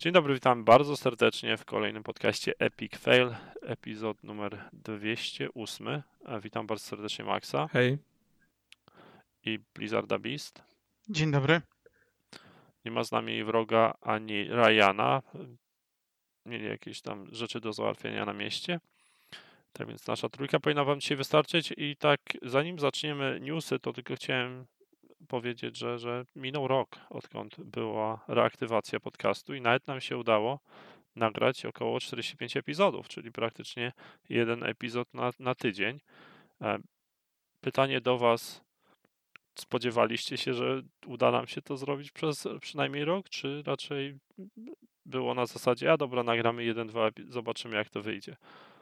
Dzień dobry, witam bardzo serdecznie w kolejnym podcaście Epic Fail, epizod numer 208. Witam bardzo serdecznie Maxa Hej. i Blizzarda Beast. Dzień dobry. Nie ma z nami wroga ani Ryana. Mieli jakieś tam rzeczy do załatwienia na mieście. Tak więc nasza trójka powinna wam dzisiaj wystarczyć. I tak zanim zaczniemy newsy, to tylko chciałem powiedzieć, że minął rok, odkąd była reaktywacja podcastu i nawet nam się udało nagrać około 45 epizodów, czyli praktycznie jeden epizod na tydzień. Pytanie do Was, spodziewaliście się, że uda nam się to zrobić przez przynajmniej rok, czy raczej było na zasadzie, a dobra, nagramy jeden, dwa, zobaczymy jak to wyjdzie?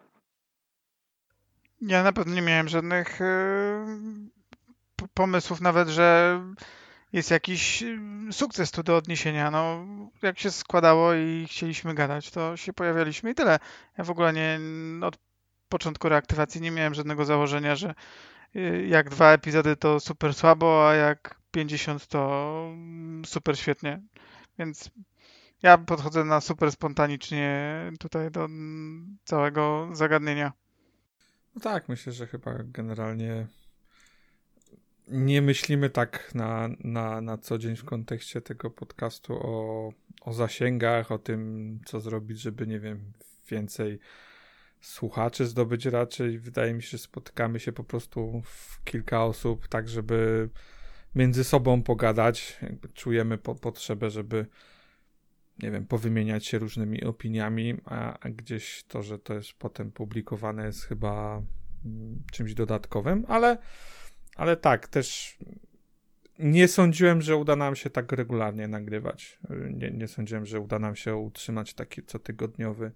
Ja na pewno nie miałem żadnych pomysłów nawet, że jest jakiś sukces tu do odniesienia. No, jak się składało i chcieliśmy gadać, to się pojawialiśmy i tyle. Ja w ogóle od początku reaktywacji nie miałem żadnego założenia, że jak 2 epizody to super słabo, a jak 50 to super świetnie. Więc ja podchodzę na super spontanicznie tutaj do całego zagadnienia. No tak, myślę, że chyba generalnie nie myślimy tak na co dzień w kontekście tego podcastu o zasięgach, o tym, co zrobić, żeby, nie wiem, więcej słuchaczy zdobyć raczej. Wydaje mi się, że spotykamy się po prostu w kilka osób, tak żeby między sobą pogadać. Jakby czujemy potrzebę, żeby, nie wiem, powymieniać się różnymi opiniami, a gdzieś to, że to jest potem publikowane, jest chyba czymś dodatkowym, ale tak, też nie sądziłem, że uda nam się tak regularnie nagrywać. Nie sądziłem, że uda nam się utrzymać taki cotygodniowy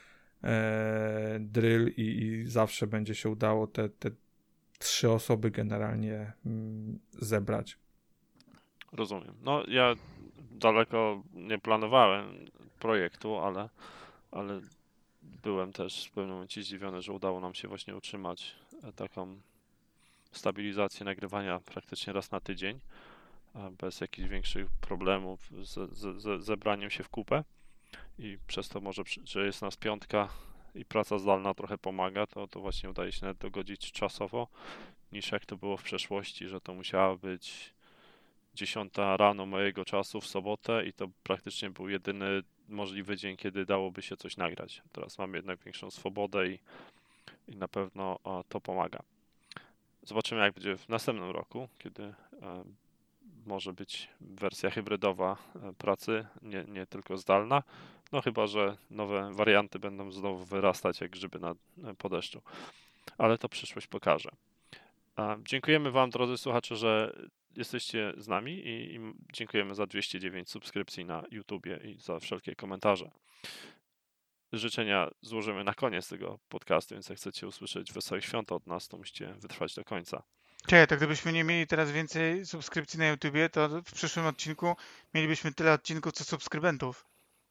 drill i zawsze będzie się udało te 3 osoby generalnie zebrać. Rozumiem. No ja daleko nie planowałem projektu, ale byłem też w pewnym momencie zdziwiony, że udało nam się właśnie utrzymać taką stabilizację nagrywania praktycznie raz na tydzień, bez jakichś większych problemów z zebraniem się w kupę i przez to może, że jest nas piątka i praca zdalna trochę pomaga, to właśnie udaje się nawet dogodzić czasowo, niż jak to było w przeszłości, że to musiała być 10 rano mojego czasu w sobotę i to praktycznie był jedyny możliwy dzień, kiedy dałoby się coś nagrać. Teraz mam jednak większą swobodę i na pewno to pomaga. Zobaczymy, jak będzie w następnym roku, kiedy może być wersja hybrydowa pracy, nie tylko zdalna. No chyba, że nowe warianty będą znowu wyrastać jak grzyby po deszczu. Ale to przyszłość pokaże. Dziękujemy Wam, drodzy słuchacze, że jesteście z nami i dziękujemy za 209 subskrypcji na YouTubie i za wszelkie komentarze. Życzenia złożymy na koniec tego podcastu, więc jak chcecie usłyszeć wesołych świąt od nas, to musicie wytrwać do końca. Cześć, to gdybyśmy nie mieli teraz więcej subskrypcji na YouTubie, to w przyszłym odcinku mielibyśmy tyle odcinków, co subskrybentów.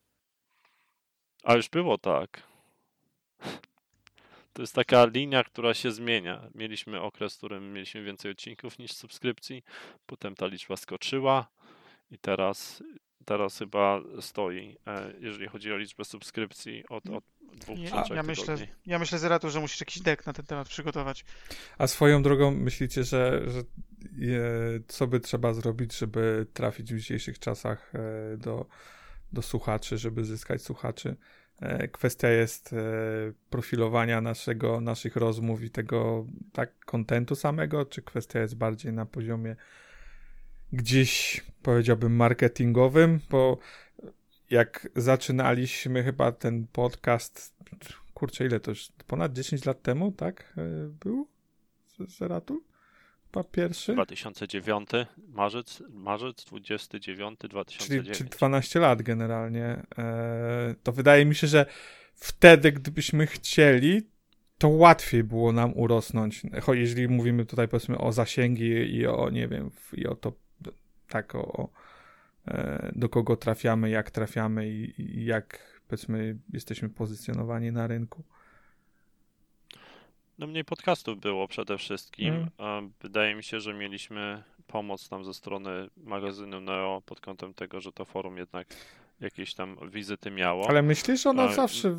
A już było tak. To jest taka linia, która się zmienia. Mieliśmy okres, w którym mieliśmy więcej odcinków niż subskrypcji, potem ta liczba skoczyła i teraz chyba stoi, jeżeli chodzi o liczbę subskrypcji od 2-3 tygodni. Ja myślę, Zeratu, że musisz jakiś deck na ten temat przygotować. A swoją drogą myślicie, że co by trzeba zrobić, żeby trafić w dzisiejszych czasach do słuchaczy, żeby zyskać słuchaczy? Kwestia jest profilowania naszych rozmów i tego kontentu samego, czy kwestia jest bardziej na poziomie gdzieś, powiedziałbym, marketingowym, bo jak zaczynaliśmy chyba ten podcast, kurczę, ile to już, ponad 10 lat temu, tak? Był? Z Zeratu? Chyba pierwszy? 2009, marzec 29, 2009. Czyli 12 lat generalnie. To wydaje mi się, że wtedy, gdybyśmy chcieli, to łatwiej było nam urosnąć. Jeżeli mówimy tutaj, powiedzmy, o zasięgi i o, nie wiem, i o to, tak, do kogo trafiamy, jak trafiamy i jak, powiedzmy, jesteśmy pozycjonowani na rynku. No mniej podcastów było przede wszystkim. Wydaje mi się, że mieliśmy pomoc tam ze strony magazynu Neo pod kątem tego, że to forum jednak jakieś tam wizyty miało. Ale myślisz, że ona A- zawsze...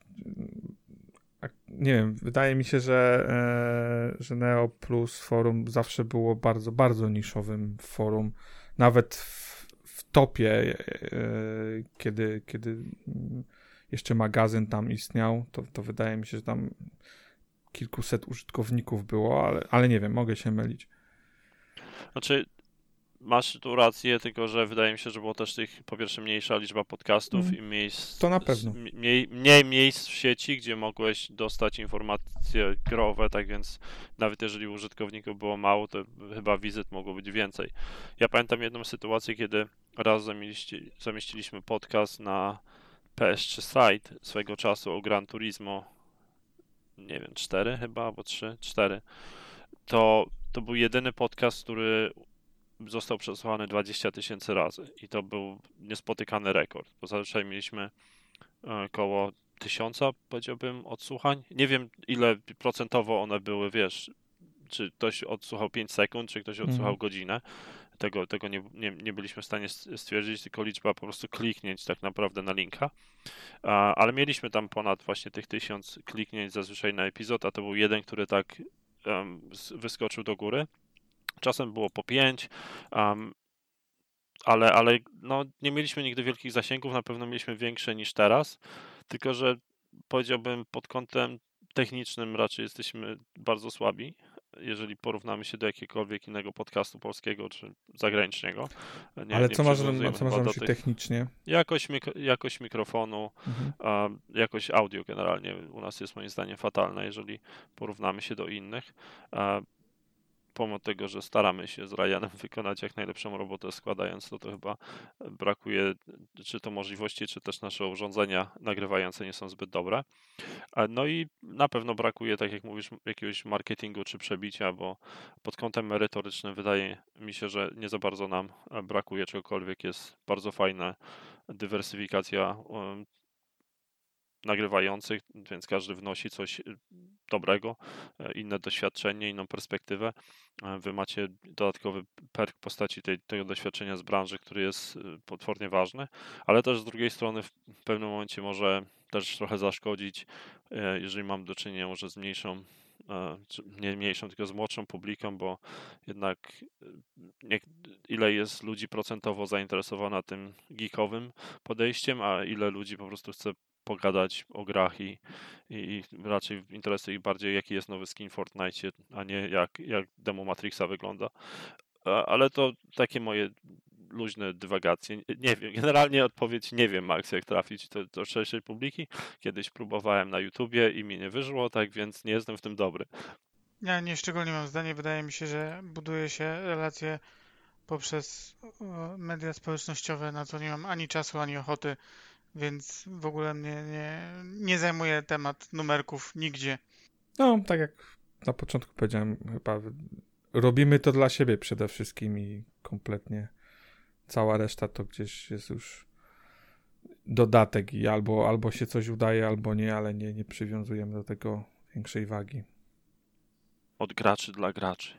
Nie wiem, wydaje mi się, że Neo Plus forum zawsze było bardzo, bardzo niszowym forum. Nawet w topie, kiedy jeszcze magazyn tam istniał, to wydaje mi się, że tam kilkuset użytkowników było, ale nie wiem, mogę się mylić. Znaczy, masz tu rację, tylko że wydaje mi się, że było też tych, po pierwsze, mniejsza liczba podcastów i miejsc. To na pewno. Mniej miejsc w sieci, gdzie mogłeś dostać informacje growe, tak więc nawet jeżeli użytkowników było mało, to chyba wizyt mogło być więcej. Ja pamiętam jedną sytuację, kiedy raz zamieściliśmy podcast na PS3 Site swego czasu o Gran Turismo, nie wiem, 4 chyba, albo 3, 4. To był jedyny podcast, który został przesłuchany 20 000 razy i to był niespotykany rekord, bo zazwyczaj mieliśmy około 1000, powiedziałbym, odsłuchań. Nie wiem, ile procentowo one były, wiesz, czy ktoś odsłuchał 5 sekund, czy ktoś odsłuchał godzinę. Tego nie byliśmy w stanie stwierdzić, tylko liczba po prostu kliknięć tak naprawdę na linka. Ale mieliśmy tam ponad właśnie tych 1000 kliknięć zazwyczaj na epizod, a to był jeden, który tak wyskoczył do góry. Czasem było po 5, ale no, nie mieliśmy nigdy wielkich zasięgów, na pewno mieliśmy większe niż teraz, tylko że powiedziałbym pod kątem technicznym raczej jesteśmy bardzo słabi, jeżeli porównamy się do jakiegokolwiek innego podcastu polskiego czy zagranicznego. Ale co masz przywiązujemy na chyba myśli technicznie? Jakość mikrofonu, jakość audio generalnie u nas jest moim zdaniem fatalna, jeżeli porównamy się do innych. Pomimo tego, że staramy się z Ryanem wykonać jak najlepszą robotę składając, to chyba brakuje czy to możliwości, czy też nasze urządzenia nagrywające nie są zbyt dobre. No i na pewno brakuje, tak jak mówisz, jakiegoś marketingu czy przebicia, bo pod kątem merytorycznym wydaje mi się, że nie za bardzo nam brakuje czegokolwiek. Jest bardzo fajna dywersyfikacja nagrywających, więc każdy wnosi coś dobrego, inne doświadczenie, inną perspektywę. Wy macie dodatkowy perk w postaci tego doświadczenia z branży, który jest potwornie ważny, ale też z drugiej strony w pewnym momencie może też trochę zaszkodzić, jeżeli mam do czynienia może z mniejszą, nie mniejszą, tylko z młodszą publiką, bo jednak ile jest ludzi procentowo zainteresowana tym geekowym podejściem, a ile ludzi po prostu chce pogadać o grach i raczej interesuje ich bardziej, jaki jest nowy skin w Fortnite, a nie jak demo Matrixa wygląda. Ale to takie moje luźne dywagacje. Nie wiem, generalnie odpowiedź nie wiem, Max, jak trafić do szerszej publiki. Kiedyś próbowałem na YouTubie i mi nie wyszło, tak więc nie jestem w tym dobry. Ja nie szczególnie mam zdanie. Wydaje mi się, że buduje się relacje poprzez media społecznościowe, na co nie mam ani czasu, ani ochoty, więc w ogóle mnie nie zajmuje temat numerków nigdzie. No, tak jak na początku powiedziałem, chyba robimy to dla siebie przede wszystkim i kompletnie cała reszta to gdzieś jest już dodatek i albo się coś udaje, albo nie, ale nie przywiązujemy do tego większej wagi. Od graczy dla graczy.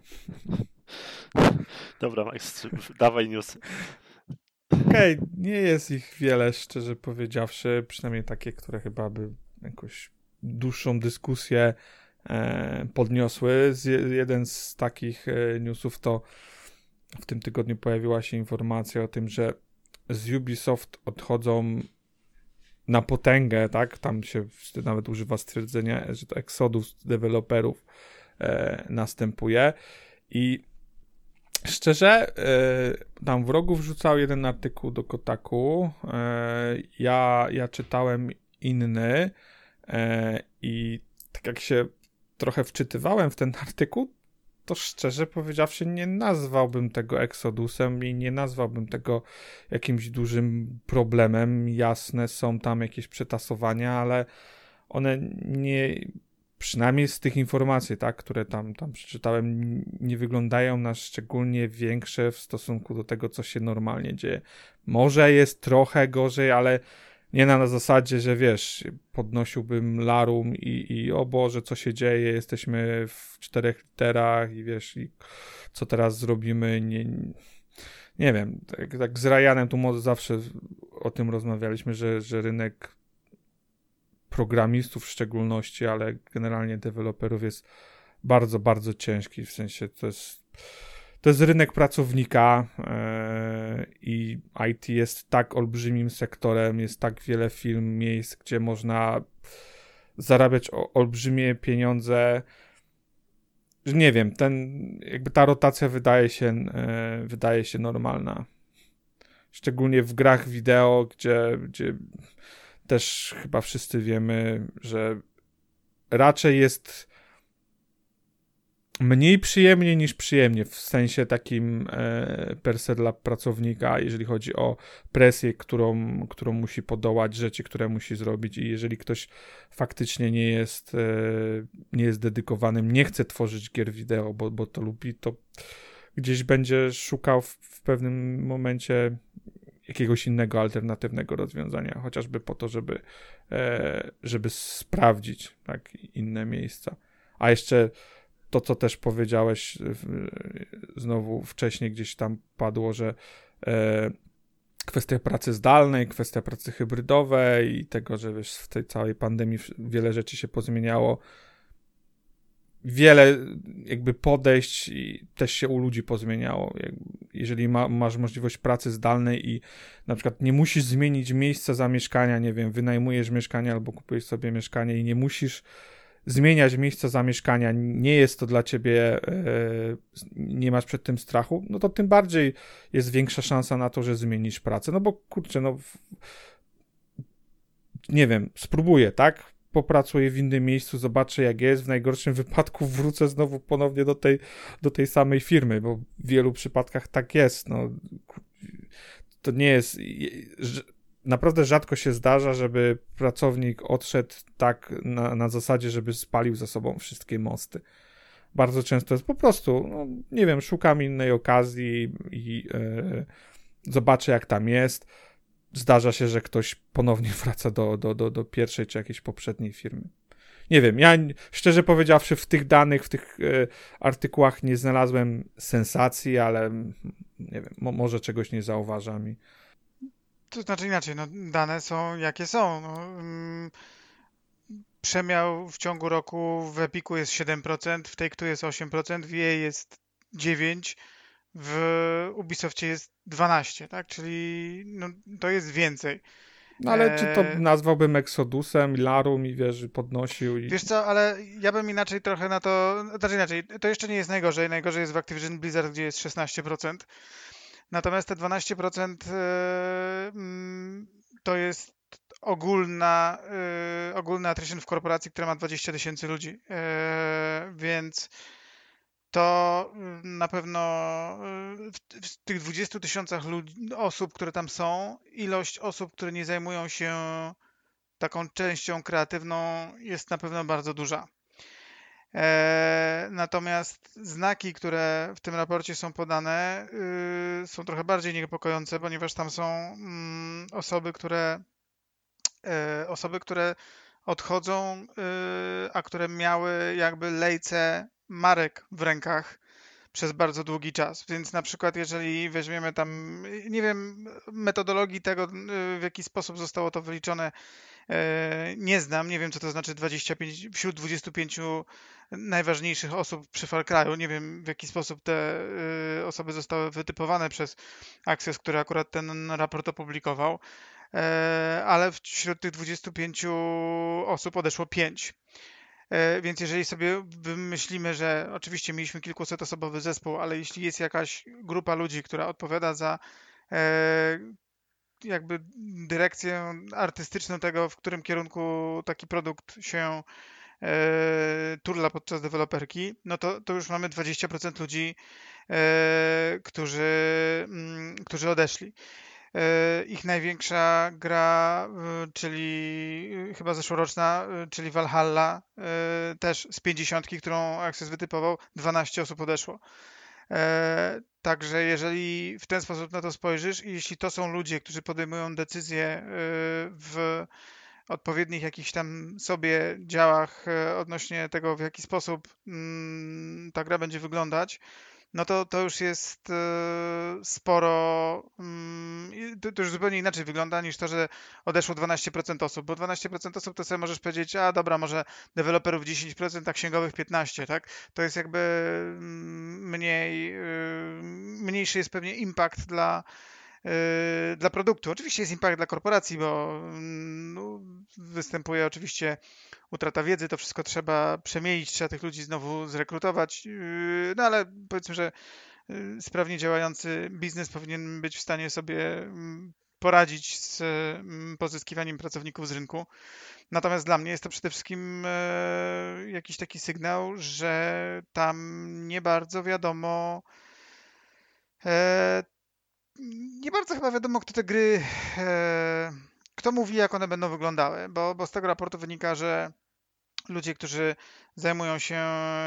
Dobra, Max, dawaj newsy. Okej, nie jest ich wiele, szczerze powiedziawszy, przynajmniej takie, które chyba by jakąś dłuższą dyskusję podniosły. Jeden z takich newsów to w tym tygodniu pojawiła się informacja o tym, że z Ubisoft odchodzą na potęgę, tak? Tam się nawet używa stwierdzenia, że to exodus deweloperów następuje i szczerze, tam Wrogu wrzucał jeden artykuł do Kotaku, ja czytałem inny i tak jak się trochę wczytywałem w ten artykuł, to szczerze powiedziawszy nie nazwałbym tego Exodusem i nie nazwałbym tego jakimś dużym problemem. Jasne, są tam jakieś przetasowania, ale one nie, przynajmniej z tych informacji, tak, które tam przeczytałem, nie wyglądają na szczególnie większe w stosunku do tego, co się normalnie dzieje. Może jest trochę gorzej, ale nie na zasadzie, że wiesz, podnosiłbym larum i o Boże, co się dzieje, jesteśmy w 4 literach i wiesz, i co teraz zrobimy, nie wiem, tak z Ryanem tu może zawsze o tym rozmawialiśmy, że rynek programistów w szczególności, ale generalnie deweloperów jest bardzo, bardzo ciężki, w sensie to jest rynek pracownika i IT jest tak olbrzymim sektorem, jest tak wiele firm, miejsc, gdzie można zarabiać olbrzymie pieniądze, że nie wiem, jakby ta rotacja wydaje się normalna. Szczególnie w grach wideo, gdzie też chyba wszyscy wiemy, że raczej jest mniej przyjemnie niż przyjemnie, w sensie takim per se dla pracownika, jeżeli chodzi o presję, którą musi podołać, rzeczy, które musi zrobić i jeżeli ktoś faktycznie nie jest dedykowanym, nie chce tworzyć gier wideo, bo to lubi, to gdzieś będzie szukał w pewnym momencie jakiegoś innego, alternatywnego rozwiązania, chociażby po to, żeby sprawdzić tak, inne miejsca. A jeszcze to, co też powiedziałeś znowu wcześniej gdzieś tam padło, że kwestia pracy zdalnej, kwestia pracy hybrydowej i tego, że wiesz, w tej całej pandemii wiele rzeczy się pozmieniało. Wiele jakby podejść i też się u ludzi pozmieniało. Jeżeli masz możliwość pracy zdalnej i na przykład nie musisz zmienić miejsca zamieszkania, nie wiem, wynajmujesz mieszkanie albo kupujesz sobie mieszkanie i nie musisz zmieniać miejsca zamieszkania, nie jest to dla ciebie, nie masz przed tym strachu, no to tym bardziej jest większa szansa na to, że zmienisz pracę. No bo kurczę, no nie wiem, spróbuję, tak? Popracuję w innym miejscu, zobaczę jak jest, w najgorszym wypadku wrócę znowu ponownie do tej samej firmy, bo w wielu przypadkach tak jest, no to nie jest, naprawdę rzadko się zdarza, żeby pracownik odszedł tak na zasadzie, żeby spalił za sobą wszystkie mosty. Bardzo często jest po prostu, no, nie wiem, szukam innej okazji i zobaczę jak tam jest. Zdarza się, że ktoś ponownie wraca do pierwszej czy jakiejś poprzedniej firmy. Nie wiem, ja szczerze powiedziawszy w tych danych, w tych artykułach nie znalazłem sensacji, ale nie wiem, może czegoś nie zauważam. To znaczy inaczej, no dane są jakie są. No, przemiał w ciągu roku w Epiku jest 7%, w Take-Two jest 8%, w EA jest 9%, w Ubisoftie jest 12%, tak? Czyli no, to jest więcej. No ale czy to nazwałbym Exodusem, Larum i wiesz, podnosił i... Wiesz co, ale ja bym inaczej trochę na to... Znaczy inaczej, to jeszcze nie jest najgorzej. Najgorzej jest w Activision Blizzard, gdzie jest 16%. Natomiast te 12% to jest ogólna attrition w korporacji, która ma 20 000 ludzi. Więc to na pewno w tych 20 000 osób, które tam są, ilość osób, które nie zajmują się taką częścią kreatywną jest na pewno bardzo duża. Natomiast znaki, które w tym raporcie są podane, są trochę bardziej niepokojące, ponieważ tam są osoby, które odchodzą, a które miały jakby lejce marek w rękach przez bardzo długi czas. Więc na przykład jeżeli weźmiemy tam, nie wiem, metodologii tego, w jaki sposób zostało to wyliczone, nie znam, nie wiem co to znaczy 25, wśród 25 najważniejszych osób przy Far Cry'u, nie wiem w jaki sposób te osoby zostały wytypowane przez Access, który akurat ten raport opublikował, ale wśród tych 25 osób odeszło 5. Więc jeżeli sobie wymyślimy, że oczywiście mieliśmy kilkusetosobowy zespół, ale jeśli jest jakaś grupa ludzi, która odpowiada za jakby dyrekcję artystyczną tego, w którym kierunku taki produkt się turla podczas deweloperki, no to już mamy 20% ludzi, którzy odeszli. Ich największa gra, czyli chyba zeszłoroczna, czyli Valhalla, też z 50, którą Access wytypował, 12 osób odeszło. Także jeżeli w ten sposób na to spojrzysz i jeśli to są ludzie, którzy podejmują decyzje w odpowiednich jakichś tam sobie działach odnośnie tego, w jaki sposób ta gra będzie wyglądać, no to już jest sporo, to już zupełnie inaczej wygląda niż to, że odeszło 12% osób, bo 12% osób to sobie możesz powiedzieć, a dobra, może deweloperów 10%, a księgowych 15%, tak? To jest jakby mniejszy jest pewnie impact dla produktu. Oczywiście jest impact dla korporacji, bo no, występuje oczywiście utrata wiedzy, to wszystko trzeba przemielić, trzeba tych ludzi znowu zrekrutować, no ale powiedzmy, że sprawnie działający biznes powinien być w stanie sobie poradzić z pozyskiwaniem pracowników z rynku. Natomiast dla mnie jest to przede wszystkim jakiś taki sygnał, że tam nie bardzo wiadomo, e, nie bardzo chyba wiadomo, kto te gry, kto mówi, jak one będą wyglądały, bo z tego raportu wynika, że ludzie, którzy zajmują się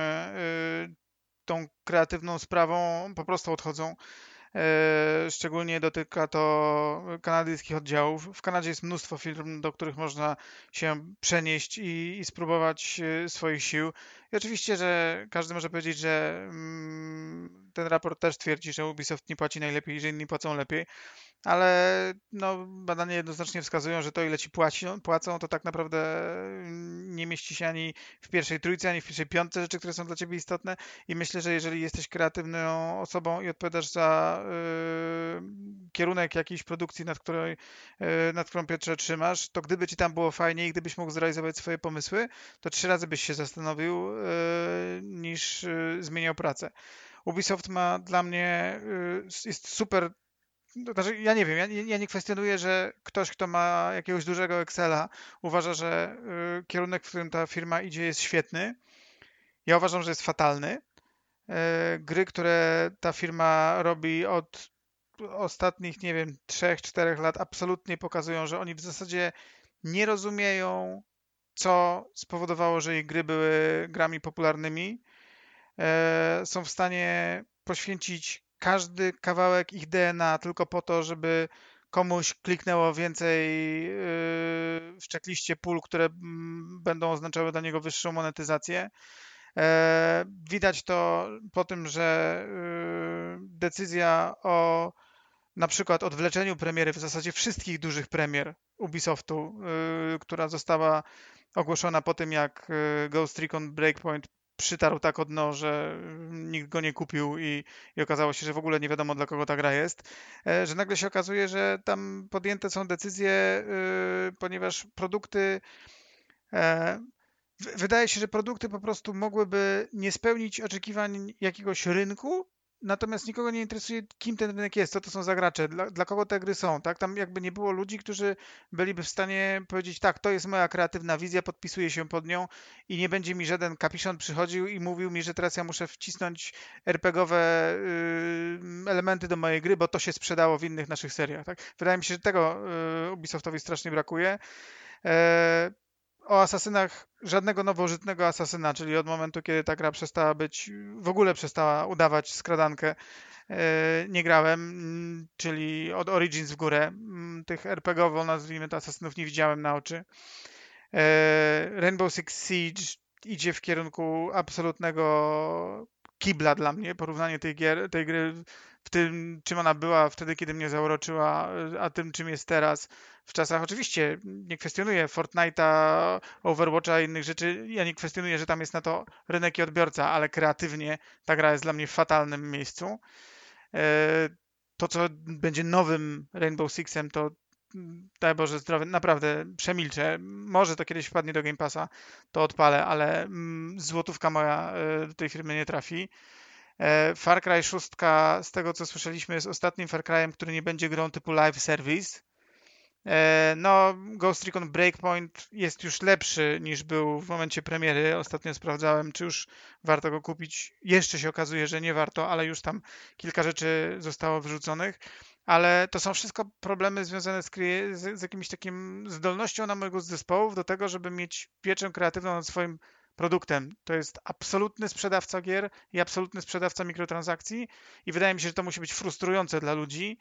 tą kreatywną sprawą, po prostu odchodzą. Szczególnie dotyka to kanadyjskich oddziałów. W Kanadzie jest mnóstwo firm, do których można się przenieść i spróbować swoich sił. I oczywiście, że każdy może powiedzieć, że ten raport też twierdzi, że Ubisoft nie płaci najlepiej, że inni płacą lepiej, ale no, badania jednoznacznie wskazują, że to, ile ci płacą, to tak naprawdę nie mieści się ani w pierwszej trójce, ani w pierwszej piątce rzeczy, które są dla ciebie istotne. I myślę, że jeżeli jesteś kreatywną osobą i odpowiadasz za kierunek jakiejś produkcji, nad którą Piotrze trzymasz, to gdyby ci tam było fajnie i gdybyś mógł zrealizować swoje pomysły, to 3 razy byś się zastanowił, niż zmieniał pracę. Ubisoft ma dla mnie, jest super. Znaczy, ja nie wiem, ja nie kwestionuję, że ktoś, kto ma jakiegoś dużego Excela, uważa, że kierunek, w którym ta firma idzie, jest świetny. Ja uważam, że jest fatalny. Gry, które ta firma robi od ostatnich, nie wiem, 3-4 lat, absolutnie pokazują, że oni w zasadzie nie rozumieją, co spowodowało, że ich gry były grami popularnymi. Są w stanie poświęcić każdy kawałek ich DNA tylko po to, żeby komuś kliknęło więcej w checkliście pól, które będą oznaczały dla niego wyższą monetyzację. Widać to po tym, że decyzja o na przykład odwleczeniu premiery w zasadzie wszystkich dużych premier Ubisoftu, która została ogłoszona po tym, jak Ghost Recon Breakpoint przytarł tak o dno, że nikt go nie kupił i okazało się, że w ogóle nie wiadomo, dla kogo ta gra jest, że nagle się okazuje, że tam podjęte są decyzje, ponieważ produkty wydaje się, że produkty po prostu mogłyby nie spełnić oczekiwań jakiegoś rynku, natomiast nikogo nie interesuje, kim ten rynek jest, co to są za gracze, dla kogo te gry są, tak? Tam jakby nie było ludzi, którzy byliby w stanie powiedzieć, tak, to jest moja kreatywna wizja, podpisuję się pod nią i nie będzie mi żaden kapiszon przychodził i mówił mi, że teraz ja muszę wcisnąć RPG-owe elementy do mojej gry, bo to się sprzedało w innych naszych seriach, tak? Wydaje mi się, że tego Ubisoftowi strasznie brakuje. O asasynach, żadnego nowożytnego asasyna, czyli od momentu, kiedy ta gra w ogóle przestała udawać skradankę, nie grałem, czyli od Origins w górę. Tych RPGowo, nazwijmy to, asasynów nie widziałem na oczy. Rainbow Six Siege idzie w kierunku absolutnego kibla dla mnie. Porównanie tej gry w tym, czym ona była wtedy, kiedy mnie zauroczyła, a tym, czym jest teraz. W czasach, oczywiście, nie kwestionuję Fortnite'a, Overwatcha i innych rzeczy. Ja nie kwestionuję, że tam jest na to rynek i odbiorca, ale kreatywnie ta gra jest dla mnie w fatalnym miejscu. To, co będzie nowym Rainbow Sixem, to daj Boże zdrowie, naprawdę przemilczę. Może to kiedyś wpadnie do Game Passa, to odpalę, ale złotówka moja do tej firmy nie trafi. Far Cry 6, z tego co słyszeliśmy, jest ostatnim Far Cry'em, który nie będzie grą typu live service. No, Ghost Recon Breakpoint jest już lepszy niż był w momencie premiery. Ostatnio sprawdzałem, czy już warto go kupić. Jeszcze się okazuje, że nie warto, ale już tam kilka rzeczy zostało wyrzuconych. Ale to są wszystko problemy związane z jakimś takim zdolnością na mojego zespołów do tego, żeby mieć pieczę kreatywną nad swoim produktem. To jest absolutny sprzedawca gier i absolutny sprzedawca mikrotransakcji i wydaje mi się, że to musi być frustrujące dla ludzi,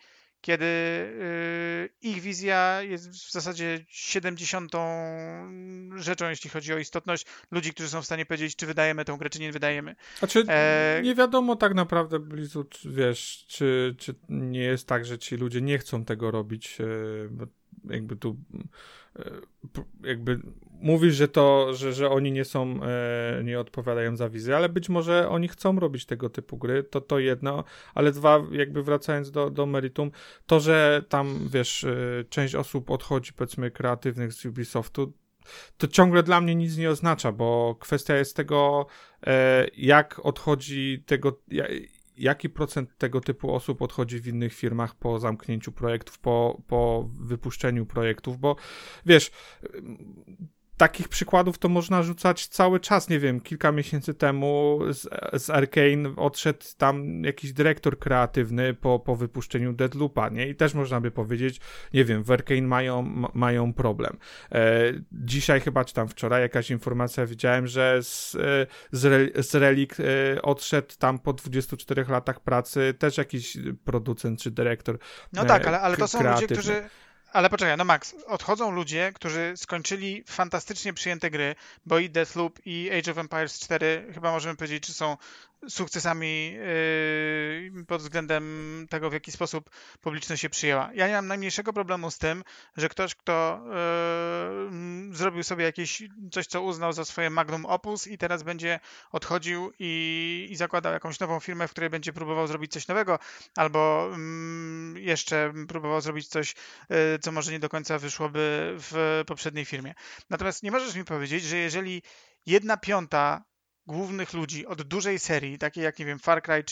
kiedy ich wizja jest w zasadzie 70. rzeczą, jeśli chodzi o istotność ludzi, którzy są w stanie powiedzieć, czy wydajemy tę grę, czy nie wydajemy. Znaczy, nie wiadomo tak naprawdę, Blizzard, wiesz, czy nie jest tak, że ci ludzie nie chcą tego robić, bo jakby tu jakby mówisz, że oni nie są, nie odpowiadają za wizję, ale być może oni chcą robić tego typu gry, to jedno, ale dwa, jakby wracając do meritum, to, że tam, wiesz, część osób odchodzi, powiedzmy, kreatywnych z Ubisoftu, to ciągle dla mnie nic nie oznacza, bo kwestia jest tego, jak odchodzi jaki procent tego typu osób odchodzi w innych firmach po zamknięciu projektów, po wypuszczeniu projektów, bo wiesz, takich przykładów to można rzucać cały czas, nie wiem, kilka miesięcy temu z Arcane odszedł tam jakiś dyrektor kreatywny po wypuszczeniu Deadloopa, nie? I też można by powiedzieć, nie wiem, w Arcane mają problem. Dzisiaj chyba, czy tam wczoraj jakaś informacja widziałem, że z Relic odszedł tam po 24 latach pracy też jakiś producent czy dyrektor No tak, ale to są kreatywny. ludzie, którzy... Ale poczekaj, no Max, odchodzą ludzie, którzy skończyli fantastycznie przyjęte gry, bo i Deathloop, i Age of Empires 4 chyba możemy powiedzieć, że są sukcesami pod względem tego, w jaki sposób publiczność się przyjęła. Ja nie mam najmniejszego problemu z tym, że ktoś, kto zrobił sobie jakieś coś, co uznał za swoje magnum opus i teraz będzie odchodził i zakładał jakąś nową firmę, w której będzie próbował zrobić coś nowego, albo jeszcze próbował zrobić coś, co może nie do końca wyszłoby w poprzedniej firmie. Natomiast nie możesz mi powiedzieć, że jeżeli 1/5 głównych ludzi od dużej serii, takiej jak, nie wiem, Far Cry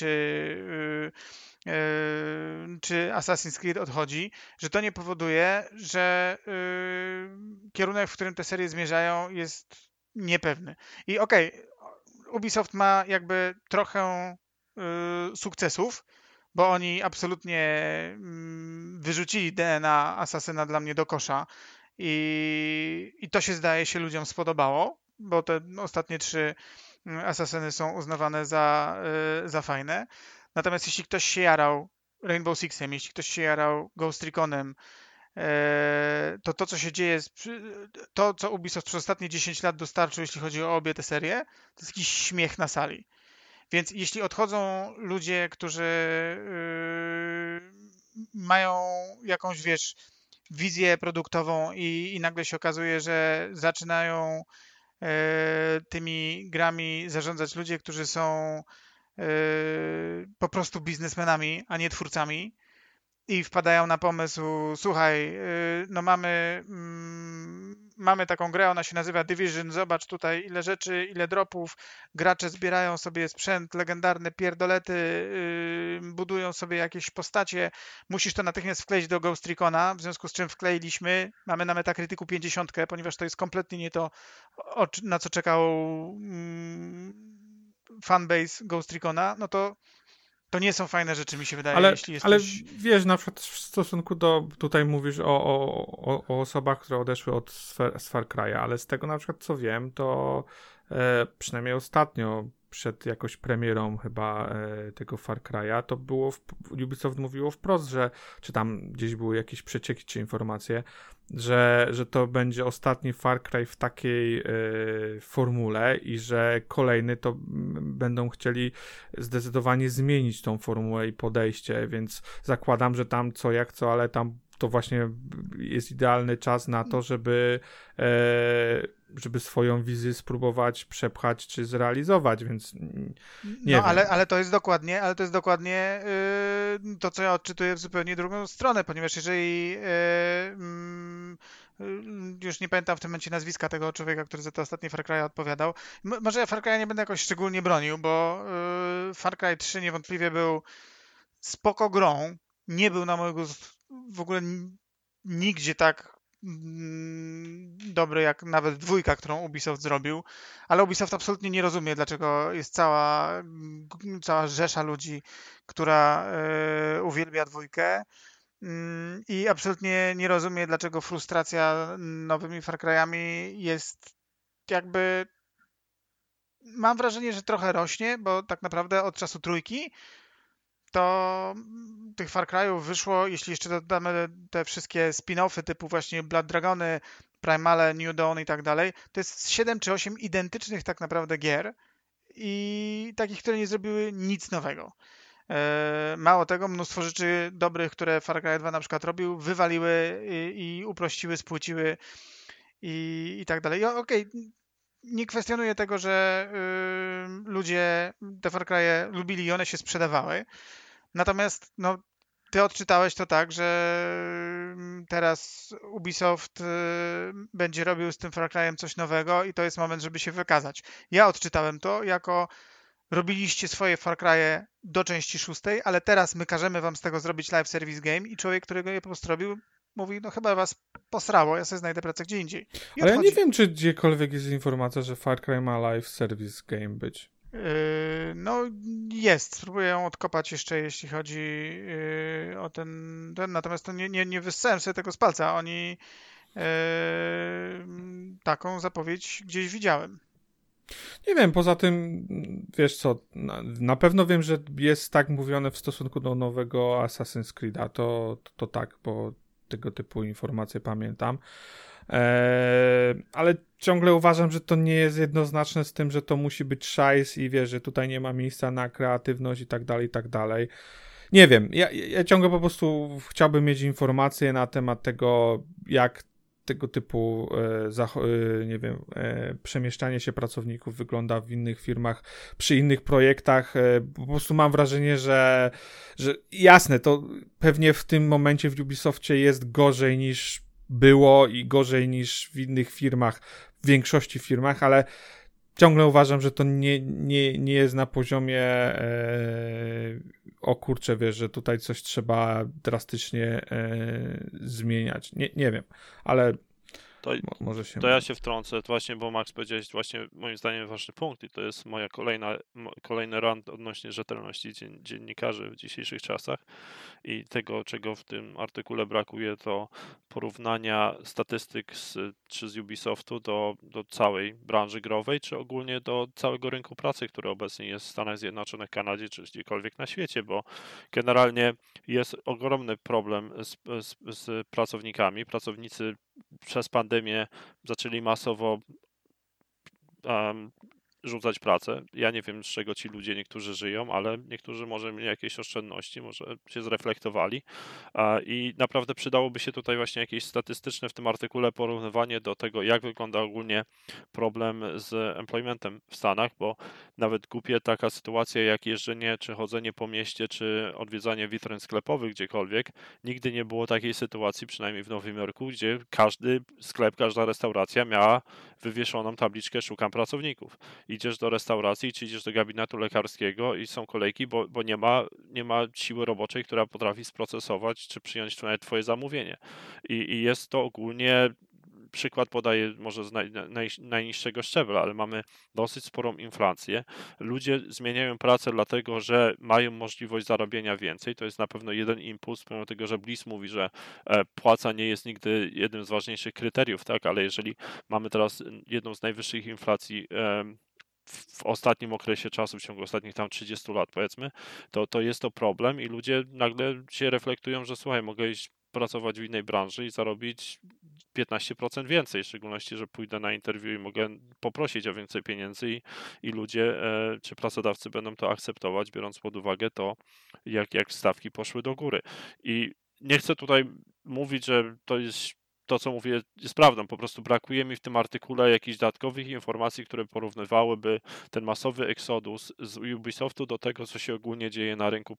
czy Assassin's Creed odchodzi, że to nie powoduje, że kierunek, w którym te serie zmierzają, jest niepewny. I okej, Ubisoft ma jakby trochę sukcesów, bo oni absolutnie wyrzucili DNA Asasyna dla mnie do kosza i to się, zdaje się, ludziom spodobało, bo te ostatnie 3 Asasyny są uznawane za fajne. Natomiast jeśli ktoś się jarał Rainbow Sixem, jeśli ktoś się jarał Ghost Reconem, to co się dzieje, to co Ubisoft przez ostatnie 10 lat dostarczył, jeśli chodzi o obie te serie, to jest jakiś śmiech na sali. Więc jeśli odchodzą ludzie, którzy mają jakąś, wiesz, wizję produktową i nagle się okazuje, że zaczynają tymi grami zarządzać ludzie, którzy są po prostu biznesmenami, a nie twórcami, i wpadają na pomysł, słuchaj, no mamy taką grę, ona się nazywa Division, zobacz tutaj ile rzeczy, ile dropów, gracze zbierają sobie sprzęt, legendarne pierdolety, budują sobie jakieś postacie, musisz to natychmiast wkleić do Ghost Recona, w związku z czym wkleiliśmy, mamy na Metacriticu 50, ponieważ to jest kompletnie nie to, na co czekał fanbase Ghost Recona, no to nie są fajne rzeczy, mi się wydaje, jeśli jesteś... Ale wiesz, na przykład w stosunku do, tutaj mówisz o osobach, które odeszły z Far Cry'a, ale z tego na przykład co wiem, to przynajmniej ostatnio, przed jakoś premierą chyba tego Far Cry'a, to było, Ubisoft mówiło wprost, że, czy tam gdzieś były jakieś przecieki czy informacje, że to będzie ostatni Far Cry w takiej formule i że kolejny to będą chcieli zdecydowanie zmienić tą formułę i podejście, więc zakładam, że tam co jak co, ale tam to właśnie jest idealny czas na to, żeby swoją wizję spróbować przepchać czy zrealizować, więc nie wiem. Ale to jest dokładnie, to, co ja odczytuję w zupełnie drugą stronę, ponieważ jeżeli już nie pamiętam w tym momencie nazwiska tego człowieka, który za te ostatnie Far Cry odpowiadał. Może ja Far Cry nie będę jakoś szczególnie bronił, bo Far Cry 3 niewątpliwie był spoko grą, nie był na mojego w ogóle nigdzie tak dobry jak nawet 2, którą Ubisoft zrobił, ale Ubisoft absolutnie nie rozumie, dlaczego jest cała rzesza ludzi, która uwielbia 2 i absolutnie nie rozumie, dlaczego frustracja nowymi Far Cry'ami jest jakby, mam wrażenie, że trochę rośnie, bo tak naprawdę od czasu 3 to tych Far Cry'ów wyszło, jeśli jeszcze dodamy te wszystkie spin-offy typu właśnie Blood Dragony, Primale, New Dawn i tak dalej, to jest 7 czy 8 identycznych tak naprawdę gier i takich, które nie zrobiły nic nowego. Mało tego, mnóstwo rzeczy dobrych, które Far Cry 2 na przykład robił, wywaliły i uprościły, spłyciły i tak dalej. Okej, nie kwestionuję tego, że ludzie te Far Cry'e lubili i one się sprzedawały. Natomiast no, ty odczytałeś to tak, że teraz Ubisoft będzie robił z tym Far Cry'em coś nowego i to jest moment, żeby się wykazać. Ja odczytałem to jako robiliście swoje Far Cry'e do części 6, ale teraz my każemy wam z tego zrobić live service game i człowiek, którego je po prostu robił, mówi, no chyba was posrało, ja sobie znajdę pracę gdzie indziej. I Ale ja nie odchodzi. wiem, czy gdziekolwiek jest informacja, że Far Cry ma live service game być. No jest, spróbuję ją odkopać jeszcze, jeśli chodzi o ten, natomiast to nie wyssałem sobie tego z palca, oni taką zapowiedź gdzieś widziałem. Nie wiem, poza tym, wiesz co, na pewno wiem, że jest tak mówione w stosunku do nowego Assassin's Creed'a, to tak, bo tego typu informacje pamiętam. Ale ciągle uważam, że to nie jest jednoznaczne z tym, że to musi być szajs i wiesz, że tutaj nie ma miejsca na kreatywność i tak dalej, i tak dalej. Nie wiem, ja ciągle po prostu chciałbym mieć informacje na temat tego, jak tego typu nie wiem, przemieszczanie się pracowników wygląda w innych firmach, przy innych projektach. Po prostu mam wrażenie, że jasne, to pewnie w tym momencie w Ubisoftie jest gorzej niż było i gorzej niż w innych firmach, w większości firmach, ale ciągle uważam, że to nie jest na poziomie o kurczę, wiesz, że tutaj coś trzeba drastycznie zmieniać. Nie wiem, ale może się... To ja się wtrącę właśnie, bo Max powiedziałeś właśnie moim zdaniem ważny punkt i to jest moja kolejny rant odnośnie rzetelności dziennikarzy w dzisiejszych czasach i tego, czego w tym artykule brakuje, to porównania statystyk czy z Ubisoftu do całej branży growej, czy ogólnie do całego rynku pracy, który obecnie jest w Stanach Zjednoczonych, Kanadzie, czy gdziekolwiek na świecie, bo generalnie jest ogromny problem z pracownikami. Pracownicy przez pandemię zaczęli masowo rzucać pracę. Ja nie wiem, z czego ci ludzie niektórzy żyją, ale niektórzy może mieli jakieś oszczędności, może się zreflektowali i naprawdę przydałoby się tutaj właśnie jakieś statystyczne w tym artykule porównywanie do tego, jak wygląda ogólnie problem z employmentem w Stanach, bo nawet głupie taka sytuacja jak jeżdżenie, czy chodzenie po mieście, czy odwiedzanie witryn sklepowych gdziekolwiek, nigdy nie było takiej sytuacji, przynajmniej w Nowym Jorku, gdzie każdy sklep, każda restauracja miała wywieszoną tabliczkę "Szukam pracowników". Idziesz do restauracji, czy idziesz do gabinetu lekarskiego i są kolejki, bo nie ma siły roboczej, która potrafi sprocesować, czy przyjąć nawet twoje zamówienie. I jest to ogólnie, przykład podaję może z najniższego szczebla, ale mamy dosyć sporą inflację. Ludzie zmieniają pracę dlatego, że mają możliwość zarobienia więcej. To jest na pewno jeden impuls, pomimo tego, że Bliss mówi, że płaca nie jest nigdy jednym z ważniejszych kryteriów, tak? Ale jeżeli mamy teraz jedną z najwyższych inflacji w ostatnim okresie czasu, w ciągu ostatnich tam 30 lat powiedzmy, to jest to problem i ludzie nagle się reflektują, że słuchaj, mogę iść pracować w innej branży i zarobić 15% więcej, w szczególności, że pójdę na interwiu i mogę poprosić o więcej pieniędzy i ludzie czy pracodawcy będą to akceptować, biorąc pod uwagę to, jak stawki poszły do góry. I nie chcę tutaj mówić, że to jest to, co mówię, jest prawdą. Po prostu brakuje mi w tym artykule jakichś dodatkowych informacji, które porównywałyby ten masowy eksodus z Ubisoftu do tego, co się ogólnie dzieje na rynku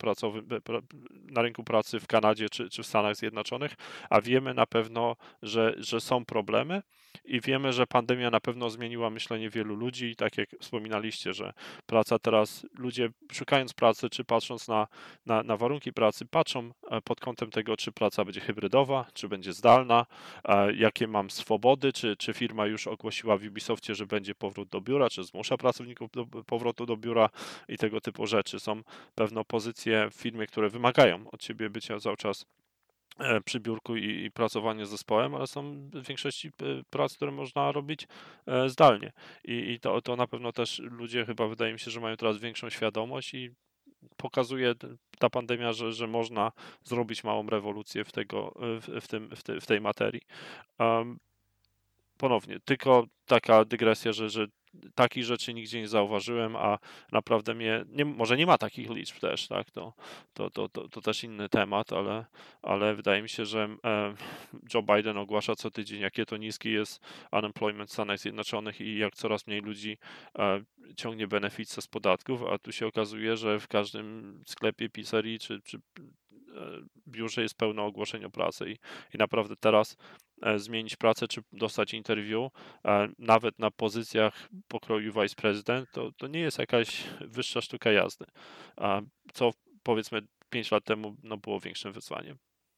na rynku pracy w Kanadzie czy w Stanach Zjednoczonych, a wiemy na pewno, że są problemy i wiemy, że pandemia na pewno zmieniła myślenie wielu ludzi i tak jak wspominaliście, że praca teraz, ludzie szukając pracy, czy patrząc na warunki pracy, patrzą pod kątem tego, czy praca będzie hybrydowa, czy będzie zdalna, jakie mam swobody, czy firma już ogłosiła w Ubisoftie, że będzie powrót do biura, czy zmusza pracowników do powrotu do biura i tego typu rzeczy. Są pewne pozycje w firmie, które wymagają od ciebie bycia cały czas przy biurku i pracowanie z zespołem, ale są w większości prac, które można robić zdalnie. I to na pewno też ludzie chyba wydaje mi się, że mają teraz większą świadomość i pokazuje ta pandemia, że można zrobić małą rewolucję w tej materii. Ponownie, tylko taka dygresja, że takich rzeczy nigdzie nie zauważyłem, a naprawdę może nie ma takich liczb też, tak? To też inny temat, ale wydaje mi się, że Joe Biden ogłasza co tydzień, jakie to niski jest unemployment w Stanach Zjednoczonych i jak coraz mniej ludzi ciągnie beneficja z podatków, a tu się okazuje, że w każdym sklepie, pizzerii czy biurze jest pełno ogłoszeń o pracy i naprawdę teraz zmienić pracę czy dostać interview, nawet na pozycjach pokroju vice president, to nie jest jakaś wyższa sztuka jazdy, co powiedzmy 5 lat temu było większym wyzwaniem.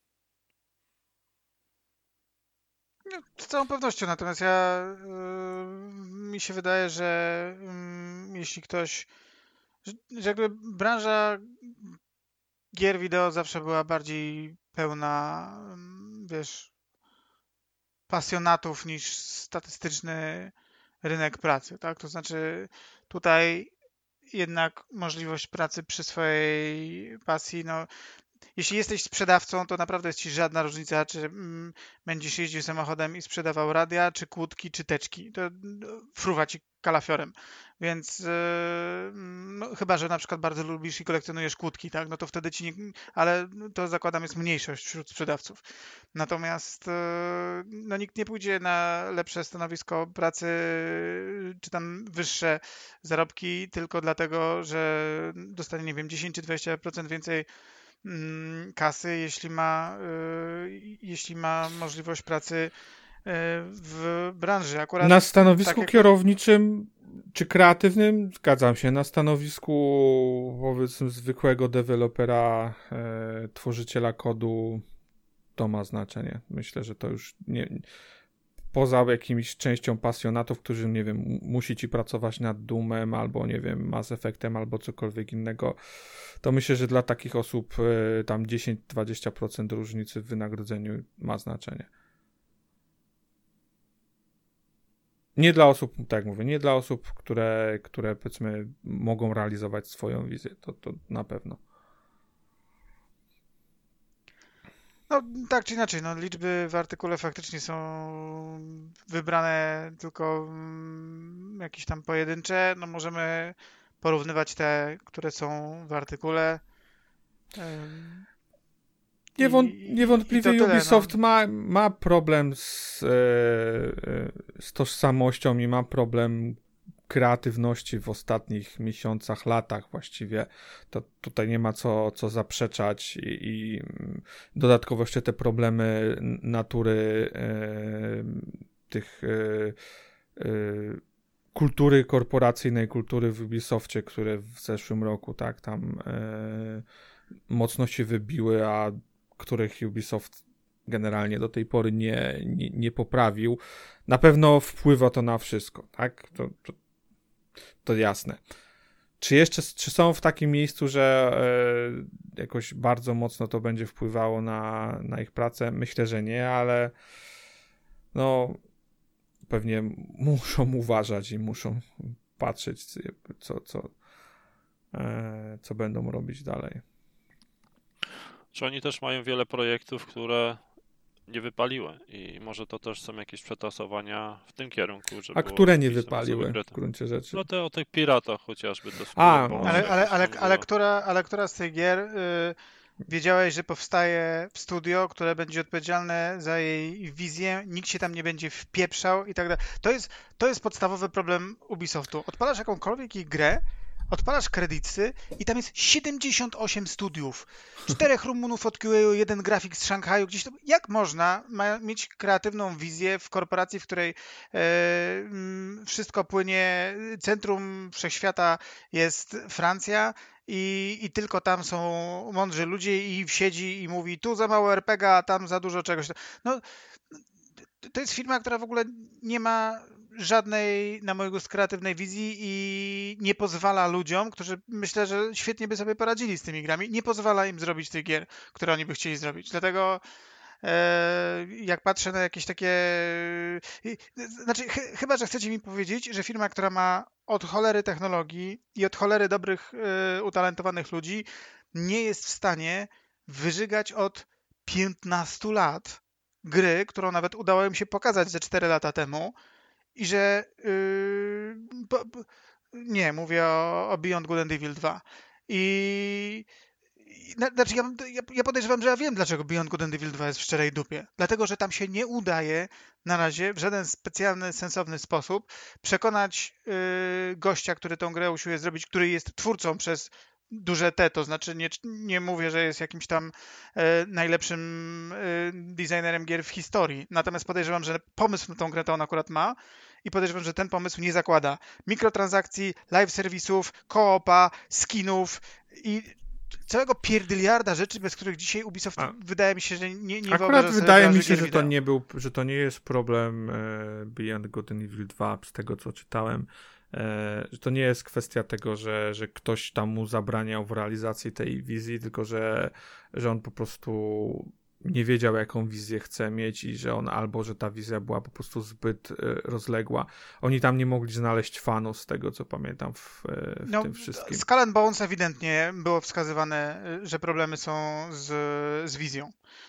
Z całą pewnością, natomiast mi się wydaje, że jeśli ktoś, że jakby branża gier wideo zawsze była bardziej pełna, wiesz, pasjonatów niż statystyczny rynek pracy, tak? To znaczy tutaj jednak możliwość pracy przy swojej pasji, no jeśli jesteś sprzedawcą, to naprawdę jest ci żadna różnica, czy będziesz jeździł samochodem i sprzedawał radia, czy kłódki, czy teczki. To fruwa ci kalafiorem. Więc no, chyba, że na przykład bardzo lubisz i kolekcjonujesz kłódki, tak? No to wtedy ci nie... Ale to zakładam jest mniejszość wśród sprzedawców. Natomiast no, nikt nie pójdzie na lepsze stanowisko pracy, czy tam wyższe zarobki tylko dlatego, że dostanie, nie wiem, 10 czy 20% więcej kasy, jeśli ma możliwość pracy w branży. Akurat Na stanowisku tak jak kierowniczym czy kreatywnym, zgadzam się, na stanowisku powiedzmy zwykłego dewelopera, tworzyciela kodu, to ma znaczenie. Myślę, że to już nie... Poza jakimiś częścią pasjonatów, którzy, nie wiem, musi ci pracować nad Doomem, albo, nie wiem, Mass Effectem, albo cokolwiek innego, to myślę, że dla takich osób tam 10-20% różnicy w wynagrodzeniu ma znaczenie. Nie dla osób, tak jak mówię, nie dla osób, które powiedzmy mogą realizować swoją wizję, to na pewno. no tak czy inaczej, no liczby w artykule faktycznie są wybrane tylko jakieś tam pojedyncze, no możemy porównywać te, które są w artykule. Niewątpliwie i to tyle, Ubisoft no. ma problem z tożsamością i ma problem kreatywności w ostatnich miesiącach, latach właściwie. To tutaj nie ma co zaprzeczać i dodatkowo jeszcze te problemy natury tych kultury korporacyjnej, kultury w Ubisoftie, które w zeszłym roku tak tam mocno się wybiły, a których Ubisoft generalnie do tej pory nie poprawił. Na pewno wpływa to na wszystko, tak? To jasne. Czy są w takim miejscu, że jakoś bardzo mocno to będzie wpływało na ich pracę? Myślę, że nie, ale no pewnie muszą uważać i muszą patrzeć, co będą robić dalej. Czy oni też mają wiele projektów, które nie wypaliły i może to też są jakieś przetasowania w tym kierunku, żeby A które nie wypaliły w gruncie rzeczy? No te o tych piratach chociażby. Ale która z tych gier wiedziałeś, że powstaje w studio, które będzie odpowiedzialne za jej wizję, nikt się tam nie będzie wpieprzał i tak dalej. To jest podstawowy problem Ubisoftu. Odpalasz jakąkolwiek ich grę, odpalasz kredyty i tam jest 78 studiów. 4 Rumunów od QA, 1 grafik z Szanghaju. Gdzieś to... Jak można mieć kreatywną wizję w korporacji, w której wszystko płynie, centrum wszechświata jest Francja i tylko tam są mądrzy ludzie i siedzi i mówi tu za mało RPG, a tam za dużo czegoś. No, to jest firma, która w ogóle nie ma żadnej, na mój gust, kreatywnej wizji i nie pozwala ludziom, którzy myślę, że świetnie by sobie poradzili z tymi grami, nie pozwala im zrobić tych gier, które oni by chcieli zrobić. Dlatego jak patrzę na jakieś takie... Znaczy, chyba, że chcecie mi powiedzieć, że firma, która ma od cholery technologii i od cholery dobrych, utalentowanych ludzi, nie jest w stanie wyżygać od 15 lat gry, którą nawet udało im się pokazać ze 4 lata temu i że... nie, mówię o Beyond Good and Evil 2. Znaczy ja podejrzewam, że ja wiem, dlaczego Beyond Good and Evil 2 jest w szczerej dupie. Dlatego, że tam się nie udaje na razie w żaden specjalny, sensowny sposób przekonać gościa, który tą grę usiłuje zrobić, który jest twórcą przez duże T, to znaczy nie mówię, że jest jakimś tam najlepszym designerem gier w historii. Natomiast podejrzewam, że pomysł na tą grę to on akurat ma i podejrzewam, że ten pomysł nie zakłada mikrotransakcji, live serwisów, koopa, skinów i całego pierdyliarda rzeczy, bez których dzisiaj Ubisoft wydaje mi się, że nie wyobraża akurat sobie wydaje branży mi się, gier że to nie jest problem Beyond Good and Evil 2, z tego co czytałem, że to nie jest kwestia tego, że ktoś tam mu zabraniał w realizacji tej wizji, tylko że on po prostu nie wiedział, jaką wizję chce mieć i że że ta wizja była po prostu zbyt rozległa. Oni tam nie mogli znaleźć fanów, z tego co pamiętam w tym wszystkim. Skull and Bones ewidentnie było wskazywane, że problemy są z wizją.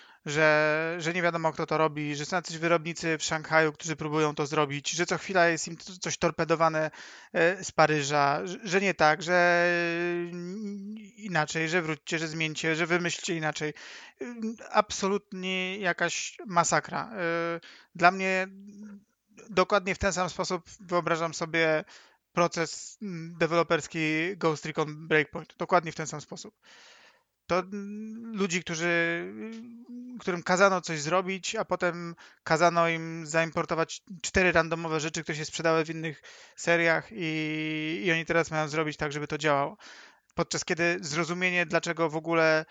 Że nie wiadomo, kto to robi, że są jacyś wyrobnicy w Szanghaju, którzy próbują to zrobić, że co chwila jest im coś torpedowane z Paryża, że nie tak, że inaczej, że wróćcie, że zmieńcie, że wymyślcie inaczej. Absolutnie jakaś masakra. Dla mnie dokładnie w ten sam sposób wyobrażam sobie proces deweloperski Ghost Recon Breakpoint. Dokładnie w ten sam sposób. To ludzi, którym kazano coś zrobić, a potem kazano im zaimportować 4 randomowe rzeczy, które się sprzedały w innych seriach i oni teraz mają zrobić tak, żeby to działało. Podczas kiedy zrozumienie, dlaczego w ogóle,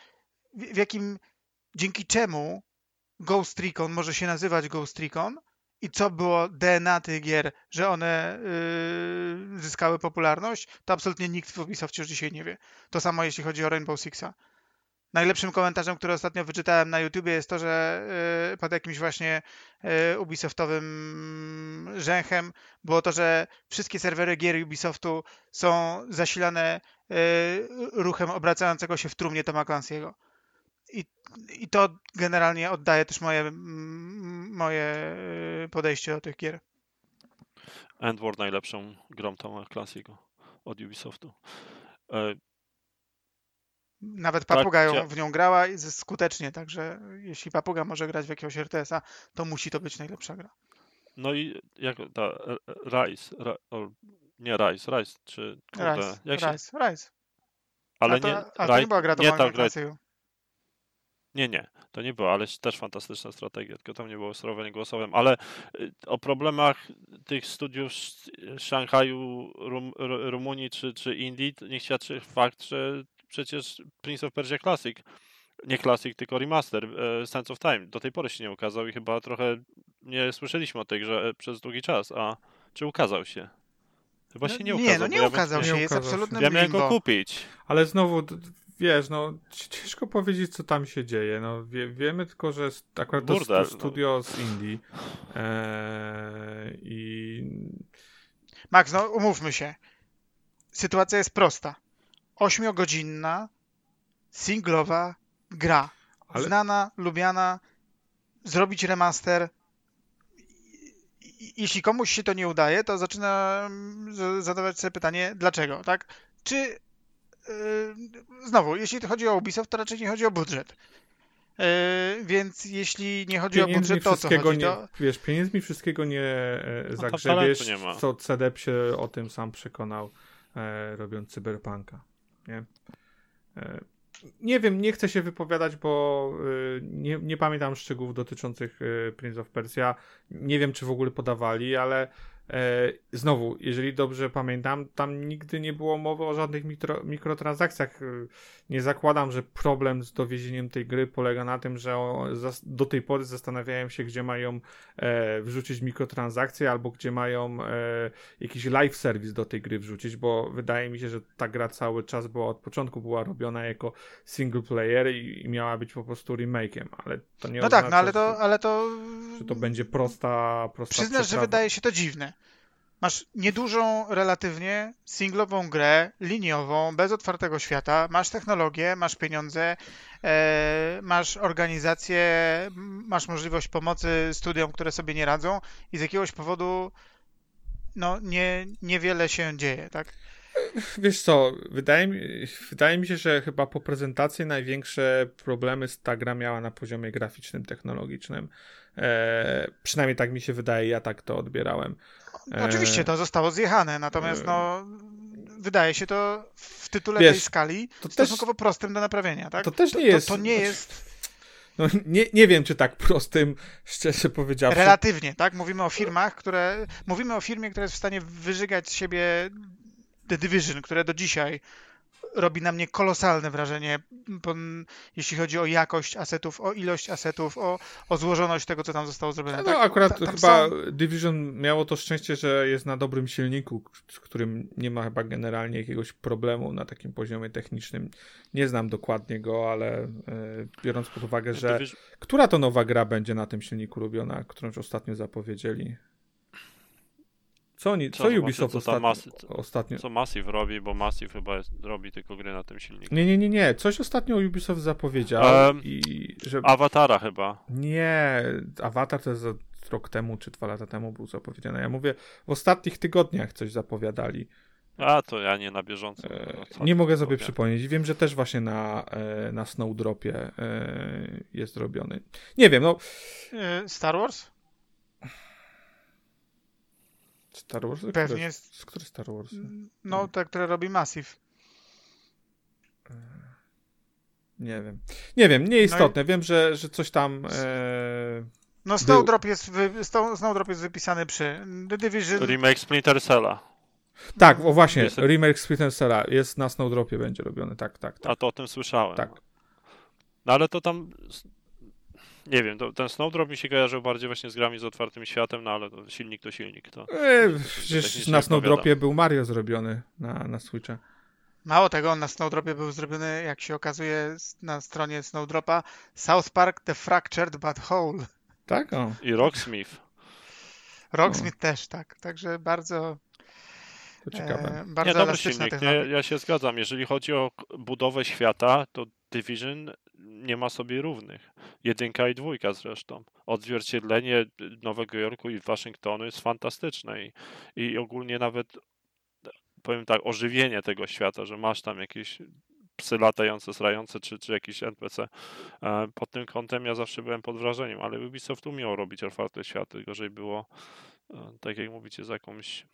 dzięki czemu Ghost Recon może się nazywać Ghost Recon i co było DNA tych gier, że one zyskały popularność, to absolutnie nikt w Ubisoftie już dzisiaj nie wie. To samo jeśli chodzi o Rainbow Sixa. Najlepszym komentarzem, który ostatnio wyczytałem na YouTubie jest to, że pod jakimś właśnie Ubisoftowym rzęchem było to, że wszystkie serwery gier Ubisoftu są zasilane ruchem obracającego się w trumnie Toma Clancy'ego. I to generalnie oddaje też moje podejście do tych gier. Endward najlepszą grą Toma Clancy'ego od Ubisoftu. Nawet Papuga w nią grała skutecznie, także jeśli Papuga może grać w jakiegoś RTS-a, to musi to być najlepsza gra. No i jak ta Rise, czy kurde, Rise. Ale to nie była gra Toma Clancy'ego. Nie, to nie było, ale też fantastyczna strategia, tylko tam nie było sterowania głosowym, ale o problemach tych studiów z Szanghaju, Rumunii czy Indii nie świadczy fakt, że przecież Prince of Persia Classic, nie Classic, tylko Remaster, Sands of Time, do tej pory się nie ukazał i chyba trochę nie słyszeliśmy o tej grze przez długi czas, a czy ukazał się? Chyba się nie ukazał. Nie ukazał się, jest absolutnym limbo. Ja miałem go kupić. Ale znowu, wiesz, no ciężko powiedzieć, co tam się dzieje. No, wiemy tylko, że akurat to studio z Indii i... Max, no umówmy się. Sytuacja jest prosta. 8-godzinna, singlowa gra. Znana, lubiana, zrobić remaster. Jeśli komuś się to nie udaje, to zaczyna zadawać sobie pytanie, dlaczego, tak? Czy znowu, jeśli chodzi o Ubisoft, to raczej nie chodzi o budżet. Więc jeśli nie chodzi o budżet, to o co chodzi? Wiesz, pieniędzmi wszystkiego nie zagrzebiesz, co CDEP się o tym sam przekonał, robiąc Cyberpunka. Nie? Nie wiem, nie chcę się wypowiadać, bo nie pamiętam szczegółów dotyczących Prince of Persia. Nie wiem, czy w ogóle podawali, ale Znowu, jeżeli dobrze pamiętam, tam nigdy nie było mowy o żadnych mikrotransakcjach. Nie zakładam, że problem z dowiezieniem tej gry polega na tym, że do tej pory zastanawiałem się, gdzie mają wrzucić mikrotransakcje albo gdzie mają jakiś live service do tej gry wrzucić, bo wydaje mi się, że ta gra cały czas od początku była robiona jako single player i miała być po prostu remake'iem, ale to nie No oznacza, tak, no ale to że to będzie prosta przyznasz, że przeprawa. wydaje się to dziwne. Masz niedużą relatywnie singlową grę, liniową, bez otwartego świata, masz technologię, masz pieniądze, masz organizację, masz możliwość pomocy studiom, które sobie nie radzą i z jakiegoś powodu no niewiele się dzieje, tak? Wiesz co, wydaje mi się, że chyba po prezentacji największe problemy ta gra miała na poziomie graficznym, technologicznym. Przynajmniej tak mi się wydaje, ja tak to odbierałem. Oczywiście to zostało zjechane, natomiast no wydaje się to w tytule wiesz, tej skali to stosunkowo prostym do naprawienia, tak? To też nie jest... To nie jest... No, nie wiem, czy tak prostym, szczerze powiedziawszy. Relatywnie, tak? Mówimy o firmie, która jest w stanie wyżygać z siebie The Division, które do dzisiaj robi na mnie kolosalne wrażenie, jeśli chodzi o jakość asetów, o ilość asetów, o złożoność tego, co tam zostało zrobione. No tak? akurat Tam chyba Division miało to szczęście, że jest na dobrym silniku, z którym nie ma chyba generalnie jakiegoś problemu na takim poziomie technicznym. Nie znam dokładnie go, ale biorąc pod uwagę, że która to nowa gra będzie na tym silniku robiona, którą już ostatnio zapowiedzieli? Co Ubisoft ostatnio... Co Massive robi, bo Massive chyba robi tylko gry na tym silniku. Nie. Coś ostatnio Ubisoft zapowiedział że... Awatara chyba. Nie, Avatar to jest rok temu czy 2 lata temu był zapowiedziany. Ja mówię, w ostatnich tygodniach coś zapowiadali. A, to ja nie na bieżąco. Nie mogę sobie przypomnieć. Wiem, że też właśnie na Snowdropie jest robiony. Nie wiem, no... Star Wars? Star Wars? Pewnie. Który Star Wars? No, te, które robi Massive. Nie wiem, nieistotne. No wiem, że coś tam... No, Snowdrop jest wypisany przy The Division. Remake Splinter Cella. Tak, właśnie, remake Splinter Cella jest na Snowdropie będzie robiony, tak. A to o tym słyszałem. Tak. No ale to tam... Nie wiem, ten Snowdrop mi się kojarzył bardziej właśnie z grami z otwartym światem, no ale silnik to silnik. Przecież na Snowdropie był Mario zrobiony na Switcha. Mało tego, on na Snowdropie był zrobiony, jak się okazuje na stronie Snowdropa, South Park The Fractured But Whole. Tak? O. I Rocksmith. Rocksmith też, tak. Także bardzo... To ciekawe. Bardzo dobry silnik. Ja się zgadzam. Jeżeli chodzi o budowę świata, to Division nie ma sobie równych. 1 i 2 zresztą. Odzwierciedlenie Nowego Jorku i Waszyngtonu jest fantastyczne i ogólnie nawet, powiem tak, ożywienie tego świata, że masz tam jakieś psy latające, srające, czy jakiś NPC. Pod tym kątem ja zawsze byłem pod wrażeniem, ale Ubisoft umiał robić otwarte światy, gorzej było, tak jak mówicie, z jakąś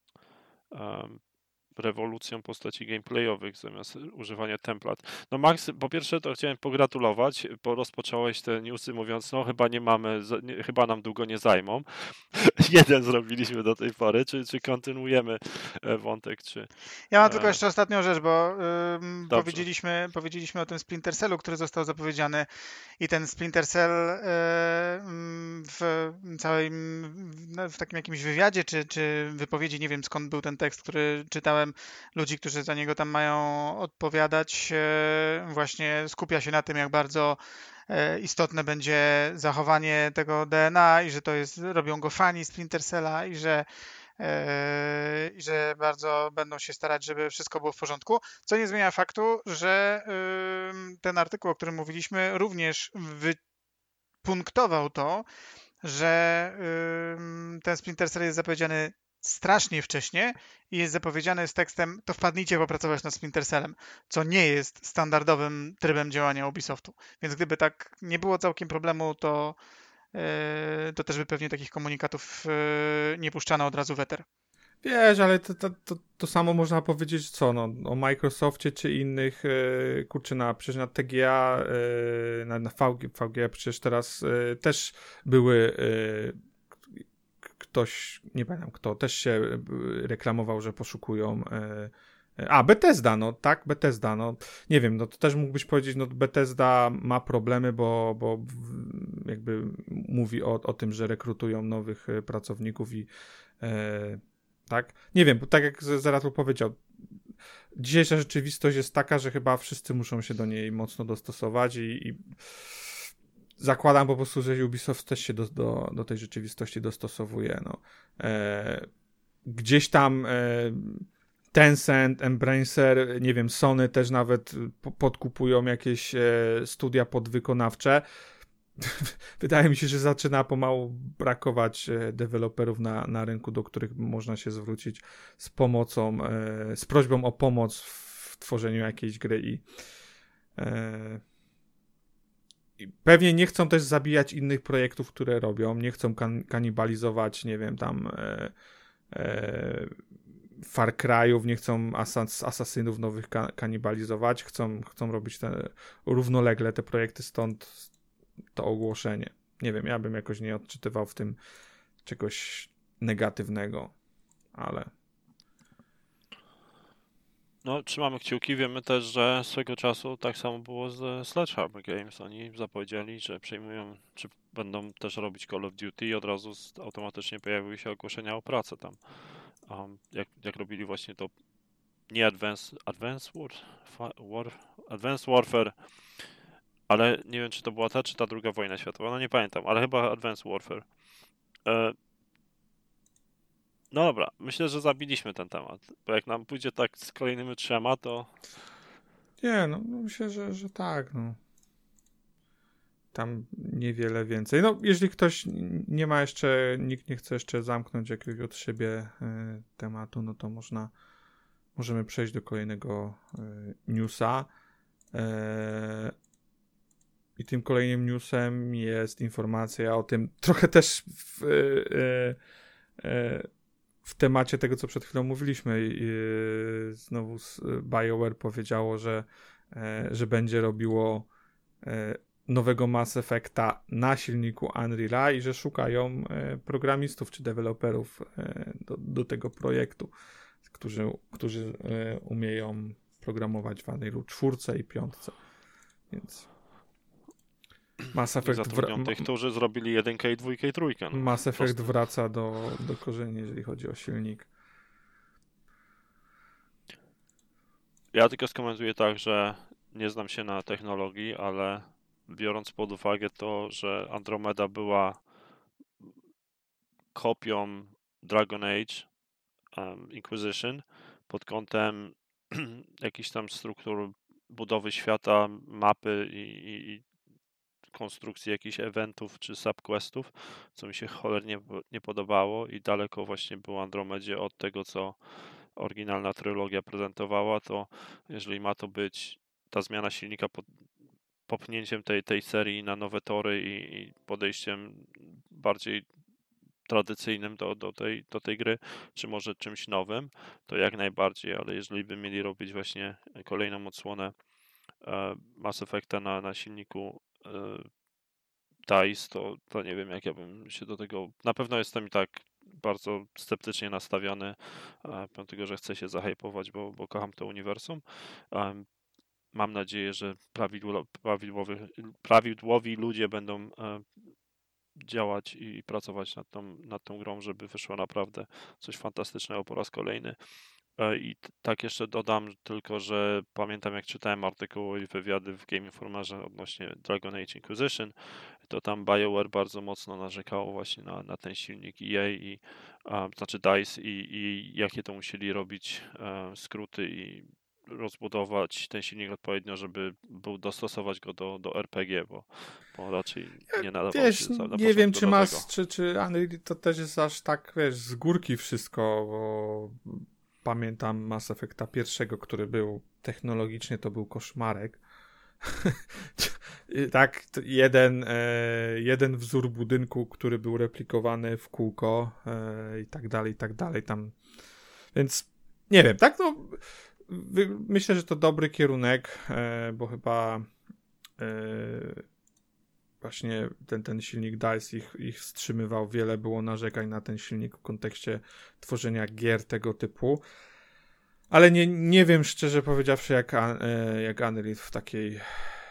rewolucją postaci gameplayowych zamiast używania templat. No Max, po pierwsze to chciałem pogratulować, bo rozpocząłeś te newsy mówiąc, no chyba chyba nam długo nie zajmą. Jeden zrobiliśmy do tej pory, czy kontynuujemy wątek, czy... Ja mam tylko jeszcze ostatnią rzecz, bo powiedzieliśmy o tym Splinter Cellu, który został zapowiedziany i ten Splinter Cell w takim jakimś wywiadzie, czy wypowiedzi, nie wiem skąd był ten tekst, który czytałem, ludzi, którzy za niego tam mają odpowiadać, właśnie skupia się na tym, jak bardzo istotne będzie zachowanie tego DNA i że robią go fani Splinter Cella i że bardzo będą się starać, żeby wszystko było w porządku, co nie zmienia faktu, że ten artykuł, o którym mówiliśmy, również wypunktował to, że ten Splinter Cell jest zapowiedziany strasznie wcześnie i jest zapowiedziany z tekstem to wpadnijcie popracować nad Splinter Cellem, co nie jest standardowym trybem działania Ubisoftu. Więc gdyby tak nie było całkiem problemu, to też by pewnie takich komunikatów nie puszczano od razu w eter. Wiesz, ale to samo można powiedzieć o Microsoftie czy innych, przecież na TGA, na VGA przecież teraz też były ktoś, nie pamiętam kto, też się reklamował, że poszukują Bethesda, no tak, Bethesda, no nie wiem, no to też mógłbyś powiedzieć, no Bethesda ma problemy, bo jakby mówi o tym, że rekrutują nowych pracowników i tak, nie wiem, bo tak jak Zeratul powiedział, dzisiejsza rzeczywistość jest taka, że chyba wszyscy muszą się do niej mocno dostosować i zakładam po prostu, że Ubisoft też się do tej rzeczywistości dostosowuje, no. Gdzieś tam Tencent, Embracer, nie wiem, Sony też nawet podkupują jakieś studia podwykonawcze. Wydaje mi się, że zaczyna pomału brakować deweloperów na rynku, do których można się zwrócić z pomocą, z prośbą o pomoc w tworzeniu jakiejś gry i pewnie nie chcą też zabijać innych projektów, które robią, nie chcą kanibalizować, nie wiem, tam Far Cry'ów, nie chcą asasynów nowych kanibalizować, chcą robić równolegle te projekty, stąd to ogłoszenie. Nie wiem, ja bym jakoś nie odczytywał w tym czegoś negatywnego, ale... No, trzymamy kciuki. Wiemy też, że swego czasu tak samo było ze Sledgehammer Games. Oni zapowiedzieli, że przejmują, czy będą też robić Call of Duty i od razu automatycznie pojawiły się ogłoszenia o pracę tam. Jak robili właśnie to nie Advanced Warfare, ale nie wiem, czy to była ta, czy ta druga wojna światowa, no nie pamiętam, ale chyba Advanced Warfare. No dobra, myślę, że zabiliśmy ten temat, bo jak nam pójdzie tak z kolejnymi 3, to... Nie, no myślę, że tak, no. Tam niewiele więcej. No, jeżeli ktoś nie ma jeszcze, nikt nie chce jeszcze zamknąć jakiegoś od siebie tematu, no to możemy przejść do kolejnego newsa. I tym kolejnym newsem jest informacja o tym, trochę też w temacie tego, co przed chwilą mówiliśmy. Znowu BioWare powiedziało, że będzie robiło nowego Mass Effecta na silniku Unreal'a i że szukają programistów czy deweloperów do tego projektu, którzy umieją programować w Unreal'u 4 i 5. Więc Mass Effect zatrudnią tych, którzy zrobili 1 i 2 i 3. No. Mass Effect wraca do korzeni, jeżeli chodzi o silnik. Ja tylko skomentuję tak, że nie znam się na technologii, ale biorąc pod uwagę to, że Andromeda była kopią Dragon Age Inquisition pod kątem jakichś tam struktur budowy świata, mapy i konstrukcji jakichś eventów czy subquestów, co mi się cholernie nie podobało i daleko właśnie było Andromedzie od tego, co oryginalna trylogia prezentowała, to jeżeli ma to być ta zmiana silnika popchnięciem tej serii na nowe tory i podejściem bardziej tradycyjnym do tej gry, czy może czymś nowym, to jak najbardziej, ale jeżeli by mieli robić właśnie kolejną odsłonę Mass Effecta na silniku DICE, to nie wiem, jak ja bym się do tego... Na pewno jestem i tak bardzo sceptycznie nastawiony, dlatego że chcę się zahypować, bo kocham to uniwersum. Mam nadzieję, że prawidłowi ludzie będą działać i pracować nad tą grą, żeby wyszło naprawdę coś fantastycznego po raz kolejny. I tak jeszcze dodam tylko, że pamiętam, jak czytałem artykuły i wywiady w Game Informerze odnośnie Dragon Age Inquisition, to tam BioWare bardzo mocno narzekało właśnie na ten silnik EA, znaczy DICE i jakie to musieli robić skróty i rozbudować ten silnik odpowiednio, żeby dostosować go do RPG, bo raczej nie nadawał Wiesz, się na nie wiem, początku czy Unreal to też jest aż tak, wiesz, z górki wszystko, bo pamiętam Mass Effecta pierwszego, który był technologicznie, to był koszmarek. Tak, jeden wzór budynku, który był replikowany w kółko i tak dalej tam. Więc nie wiem, tak, no myślę, że to dobry kierunek, bo chyba właśnie ten silnik DICE ich wstrzymywał. Wiele było narzekań na ten silnik w kontekście tworzenia gier tego typu. Ale nie wiem szczerze powiedziawszy, jak Unreal w takiej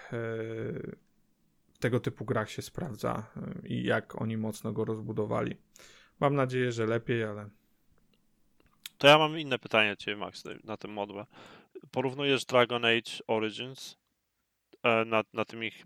tego typu grach się sprawdza i jak oni mocno go rozbudowali. Mam nadzieję, że lepiej, ale... To ja mam inne pytanie do Ciebie, Max, na tym modłę. Porównujesz Dragon Age Origins na tym ich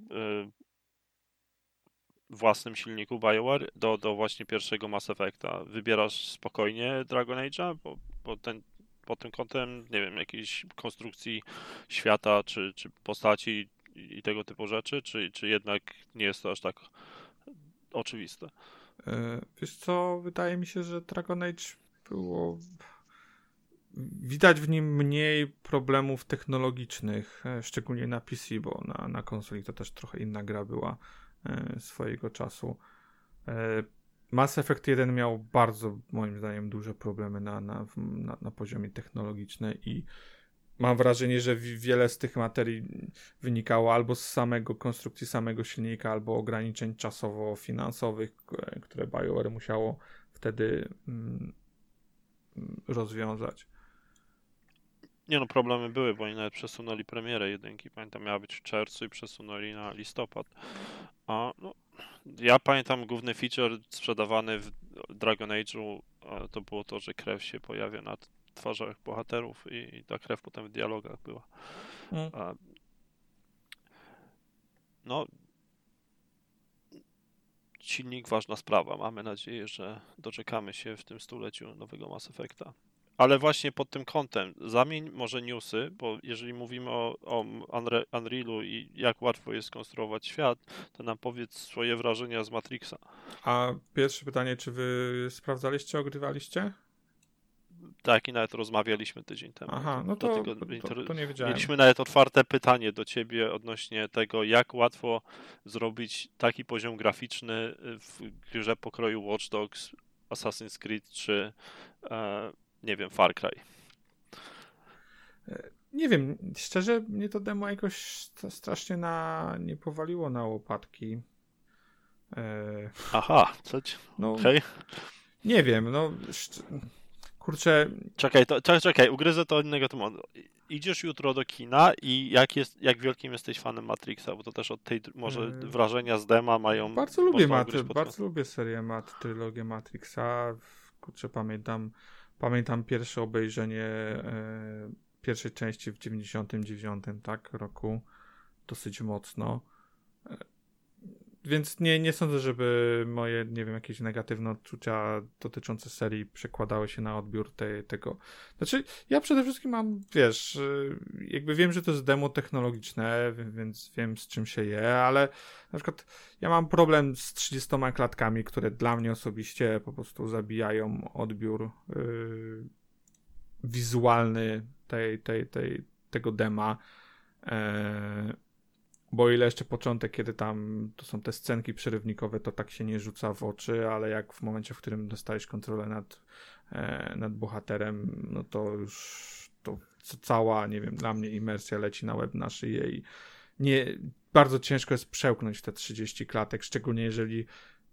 własnym silniku BioWare do właśnie pierwszego Mass Effecta. Wybierasz spokojnie Dragon Age'a, bo pod tym kątem, nie wiem, jakiejś konstrukcji świata, czy postaci i tego typu rzeczy, czy jednak nie jest to aż tak oczywiste? Wiesz co, wydaje mi się, że Dragon Age było... Widać w nim mniej problemów technologicznych, szczególnie na PC, bo na konsoli to też trochę inna gra była swojego czasu. Mass Effect 1 miał bardzo, moim zdaniem, duże problemy na poziomie technologicznym i mam wrażenie, że wiele z tych materii wynikało albo z samego konstrukcji samego silnika, albo ograniczeń czasowo-finansowych, które BioWare musiało wtedy rozwiązać. Nie no, problemy były, bo oni nawet przesunęli premierę jedynki. Pamiętam, miała być w czerwcu i przesunęli na listopad. A no, ja pamiętam główny feature sprzedawany w Dragon Age'u, to było to, że krew się pojawia na twarzach bohaterów i ta krew potem w dialogach była. No, silnik ważna sprawa. Mamy nadzieję, że doczekamy się w tym stuleciu nowego Mass Effecta. Ale właśnie pod tym kątem zamień może newsy, bo jeżeli mówimy o Unrealu i jak łatwo jest konstruować świat, to nam powiedz swoje wrażenia z Matrixa. A pierwsze pytanie, czy wy sprawdzaliście, ogrywaliście? Tak, i nawet rozmawialiśmy tydzień temu. Aha, no to nie wiedziałem. Mieliśmy nawet otwarte pytanie do ciebie odnośnie tego, jak łatwo zrobić taki poziom graficzny w grze pokroju Watch Dogs, Assassin's Creed czy nie wiem, Far Cry. Nie wiem, szczerze mnie to demo jakoś strasznie nie powaliło na łopatki. Aha, co ci... No, okay. Nie wiem, no kurczę... Czekaj, ugryzę to innego tematu. Idziesz jutro do kina i jak wielkim jesteś fanem Matrixa, bo to też od tej może wrażenia z dema mają... Bardzo lubię serię trylogię Matrixa. Kurczę, pamiętam pierwsze obejrzenie pierwszej części w 99, tak, roku dosyć mocno. Więc nie sądzę, żeby moje, nie wiem, jakieś negatywne odczucia dotyczące serii przekładały się na odbiór tego. Znaczy, ja przede wszystkim mam, wiesz, jakby wiem, że to jest demo technologiczne, więc wiem, z czym się je, ale na przykład ja mam problem z 30 klatkami, które dla mnie osobiście po prostu zabijają odbiór wizualny tego dema. Bo ile jeszcze początek, kiedy tam to są te scenki przerywnikowe, to tak się nie rzuca w oczy, ale jak w momencie, w którym dostajesz kontrolę nad bohaterem, no to już to cała, nie wiem, dla mnie imersja leci na łeb, na szyję i bardzo ciężko jest przełknąć te 30 klatek, szczególnie jeżeli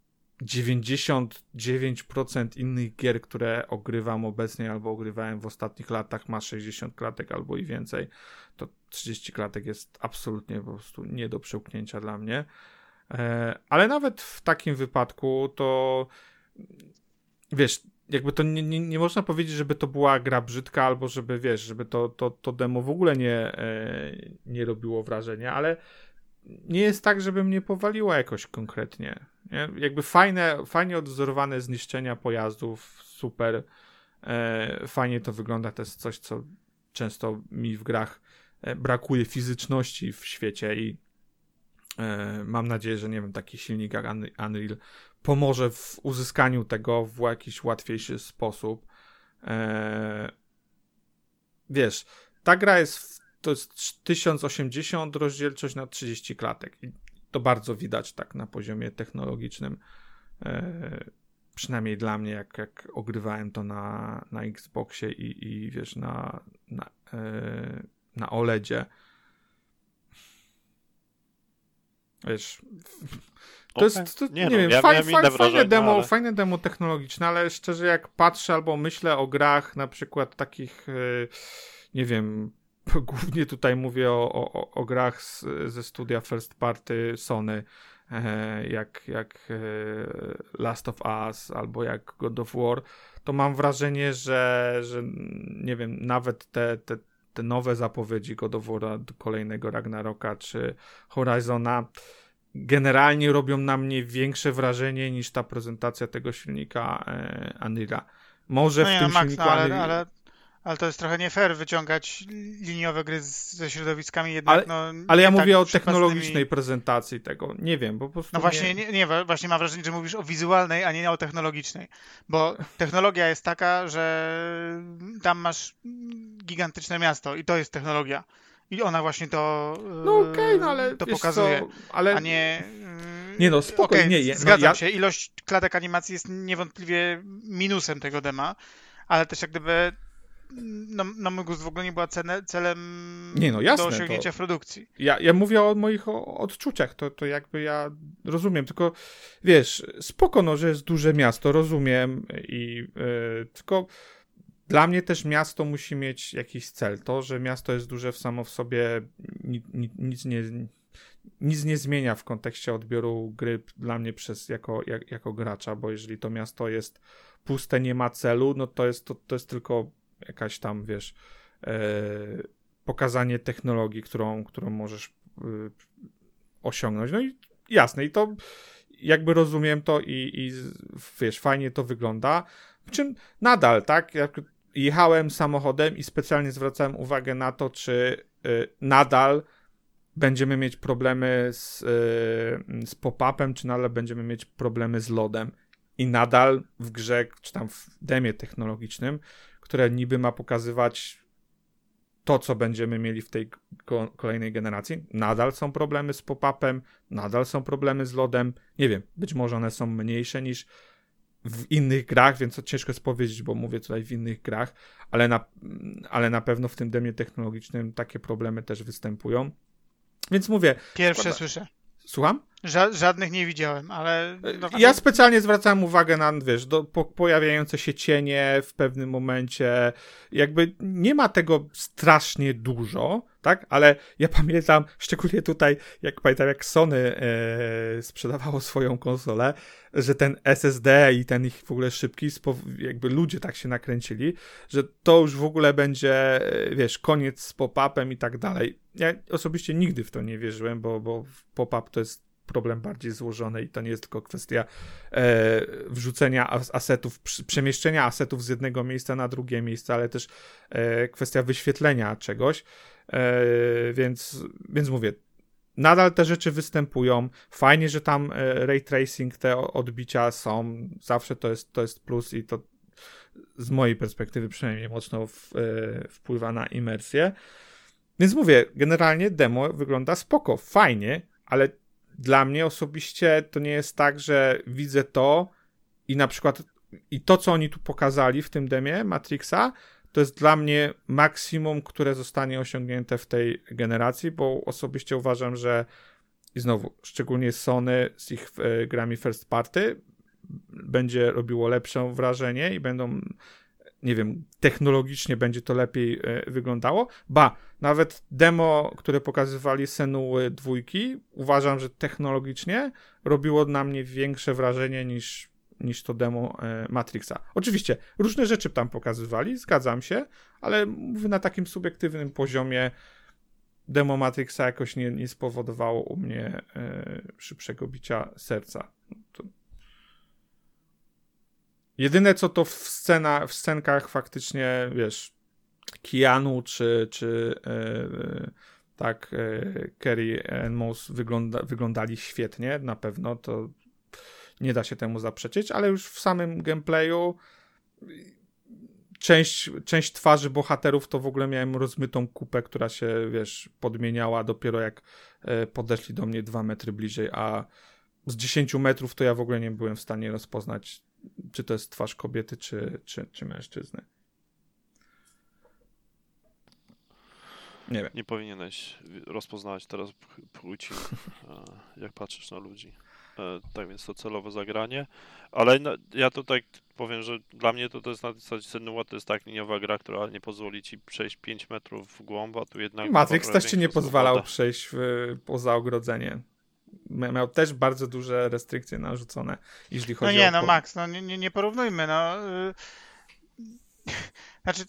99% innych gier, które ogrywam obecnie albo ogrywałem w ostatnich latach, ma 60 klatek albo i więcej, to 30 klatek jest absolutnie po prostu nie do przełknięcia dla mnie. Ale nawet w takim wypadku to wiesz, jakby to nie można powiedzieć, żeby to była gra brzydka albo żeby, wiesz, żeby to demo w ogóle nie robiło wrażenia, ale nie jest tak, żeby mnie powaliło jakoś konkretnie. Nie? Jakby fajnie odwzorowane zniszczenia pojazdów, super. Fajnie to wygląda, to jest coś, co często mi w grach brakuje fizyczności w świecie i mam nadzieję, że nie wiem, taki silnik jak Unreal pomoże w uzyskaniu tego w jakiś łatwiejszy sposób. Wiesz, ta gra to jest 1080 rozdzielczość na 30 klatek. I to bardzo widać tak na poziomie technologicznym. Przynajmniej dla mnie, jak ogrywałem to na Xboxie i wiesz, na OLEDzie. Wiesz, to Okej. jest, to, Nie nie no, wiem, ja miałem inne wrażenie, ale... fajne demo technologiczne, ale szczerze jak patrzę albo myślę o grach, na przykład takich, nie wiem, głównie tutaj mówię o grach ze studia first party Sony, jak Last of Us albo jak God of War, to mam wrażenie, że nie wiem, nawet te nowe zapowiedzi God of War, kolejnego Ragnaroka czy Horizona generalnie robią na mnie większe wrażenie niż ta prezentacja tego silnika Unreal'a. Może No w nie, tym Max, silniku no, Unreal... ale to jest trochę nie fair wyciągać liniowe gry ze środowiskami jednak, Ale ja nie mówię tak o przypasnymi. technologicznej prezentacji tego. Nie wiem, bo po prostu No właśnie, właśnie mam wrażenie, że mówisz o wizualnej, a nie o technologicznej. Bo technologia jest taka, że tam masz gigantyczne miasto i to jest technologia. I ona właśnie to, No okej, no ale to wiesz pokazuje, co, ale... a nie... Nie no, spokojnie, Okej, nie, no zgadzam się. Ilość klatek animacji jest niewątpliwie minusem tego dema, ale też jak gdyby na mój gust w ogóle nie była celem Nie no, jasne, do osiągnięcia w produkcji. Ja mówię o moich odczuciach, to jakby ja rozumiem, tylko wiesz, spoko, no, że jest duże miasto, rozumiem i tylko dla mnie też miasto musi mieć jakiś cel. To, że miasto jest duże samo w sobie nic nie zmienia w kontekście odbioru gry dla mnie jako gracza, bo jeżeli to miasto jest puste, nie ma celu, no to jest tylko jakaś tam, wiesz, pokazanie technologii, którą możesz osiągnąć. No i jasne, i to jakby rozumiem to i wiesz, fajnie to wygląda. Przy czym nadal, tak, jak jechałem samochodem i specjalnie zwracałem uwagę na to, czy nadal będziemy mieć problemy z pop-upem, czy nadal będziemy mieć problemy z loadem. I nadal w grze, czy tam w demie technologicznym, które niby ma pokazywać to, co będziemy mieli w tej kolejnej generacji, nadal są problemy z pop-upem, nadal są problemy z loadem. Nie wiem, być może one są mniejsze niż w innych grach, więc to ciężko jest powiedzieć, bo mówię tutaj w innych grach, ale na pewno w tym demie technologicznym takie problemy też występują. Więc mówię... Pierwsze słyszę. Słucham? Żadnych nie widziałem, ale... Ja specjalnie zwracałem uwagę na, wiesz, pojawiające się cienie w pewnym momencie. Jakby nie ma tego strasznie dużo, tak? Ale ja pamiętam, szczególnie tutaj, jak Sony sprzedawało swoją konsolę, że ten SSD i ten ich w ogóle szybki, jakby ludzie tak się nakręcili, że to już w ogóle będzie, wiesz, koniec z pop-upem i tak dalej. Ja osobiście nigdy w to nie wierzyłem, bo pop-up to jest problem bardziej złożony i to nie jest tylko kwestia wrzucenia asetów, przemieszczenia asetów z jednego miejsca na drugie miejsce, ale też kwestia wyświetlenia czegoś. Więc mówię, nadal te rzeczy występują. Fajnie, że tam ray tracing, te odbicia są. Zawsze to jest plus i to z mojej perspektywy przynajmniej mocno wpływa na imersję. Więc mówię, generalnie demo wygląda spoko, fajnie, ale dla mnie osobiście to nie jest tak, że widzę to i na przykład i to, co oni tu pokazali w tym demie Matrixa, to jest dla mnie maksimum, które zostanie osiągnięte w tej generacji, bo osobiście uważam, że i znowu, szczególnie Sony z ich grami first party będzie robiło lepsze wrażenie i będą, nie wiem, technologicznie będzie to lepiej wyglądało. Nawet demo, które pokazywali Senuły 2, uważam, że technologicznie robiło na mnie większe wrażenie niż to demo Matrixa. Oczywiście, różne rzeczy tam pokazywali, zgadzam się, ale mówię na takim subiektywnym poziomie demo Matrixa jakoś nie spowodowało u mnie szybszego bicia serca. Jedyne co to w scenkach faktycznie, wiesz, Keanu czy Carrie Ann Moss wyglądali świetnie, na pewno, to nie da się temu zaprzeczyć, ale już w samym gameplayu część twarzy bohaterów to w ogóle miałem rozmytą kupę, która się, wiesz, podmieniała dopiero jak podeszli do mnie 2 metry bliżej, a z 10 metrów to ja w ogóle nie byłem w stanie rozpoznać, czy to jest twarz kobiety, czy mężczyzny. Nie wiem. Nie powinieneś rozpoznawać teraz płci, jak patrzysz na ludzi. Tak więc to celowe zagranie. Ale ja tutaj powiem, że dla mnie to jest na zasadzie Senua, to jest tak liniowa gra, która nie pozwoli ci przejść 5 metrów w głąb, a tu jednak Matrix też ci nie większa pozwalał swoboda. przejść poza ogrodzenie. Miał też bardzo duże restrykcje narzucone, jeśli No chodzi nie, o... no Max, no nie porównujmy, no. Znaczy,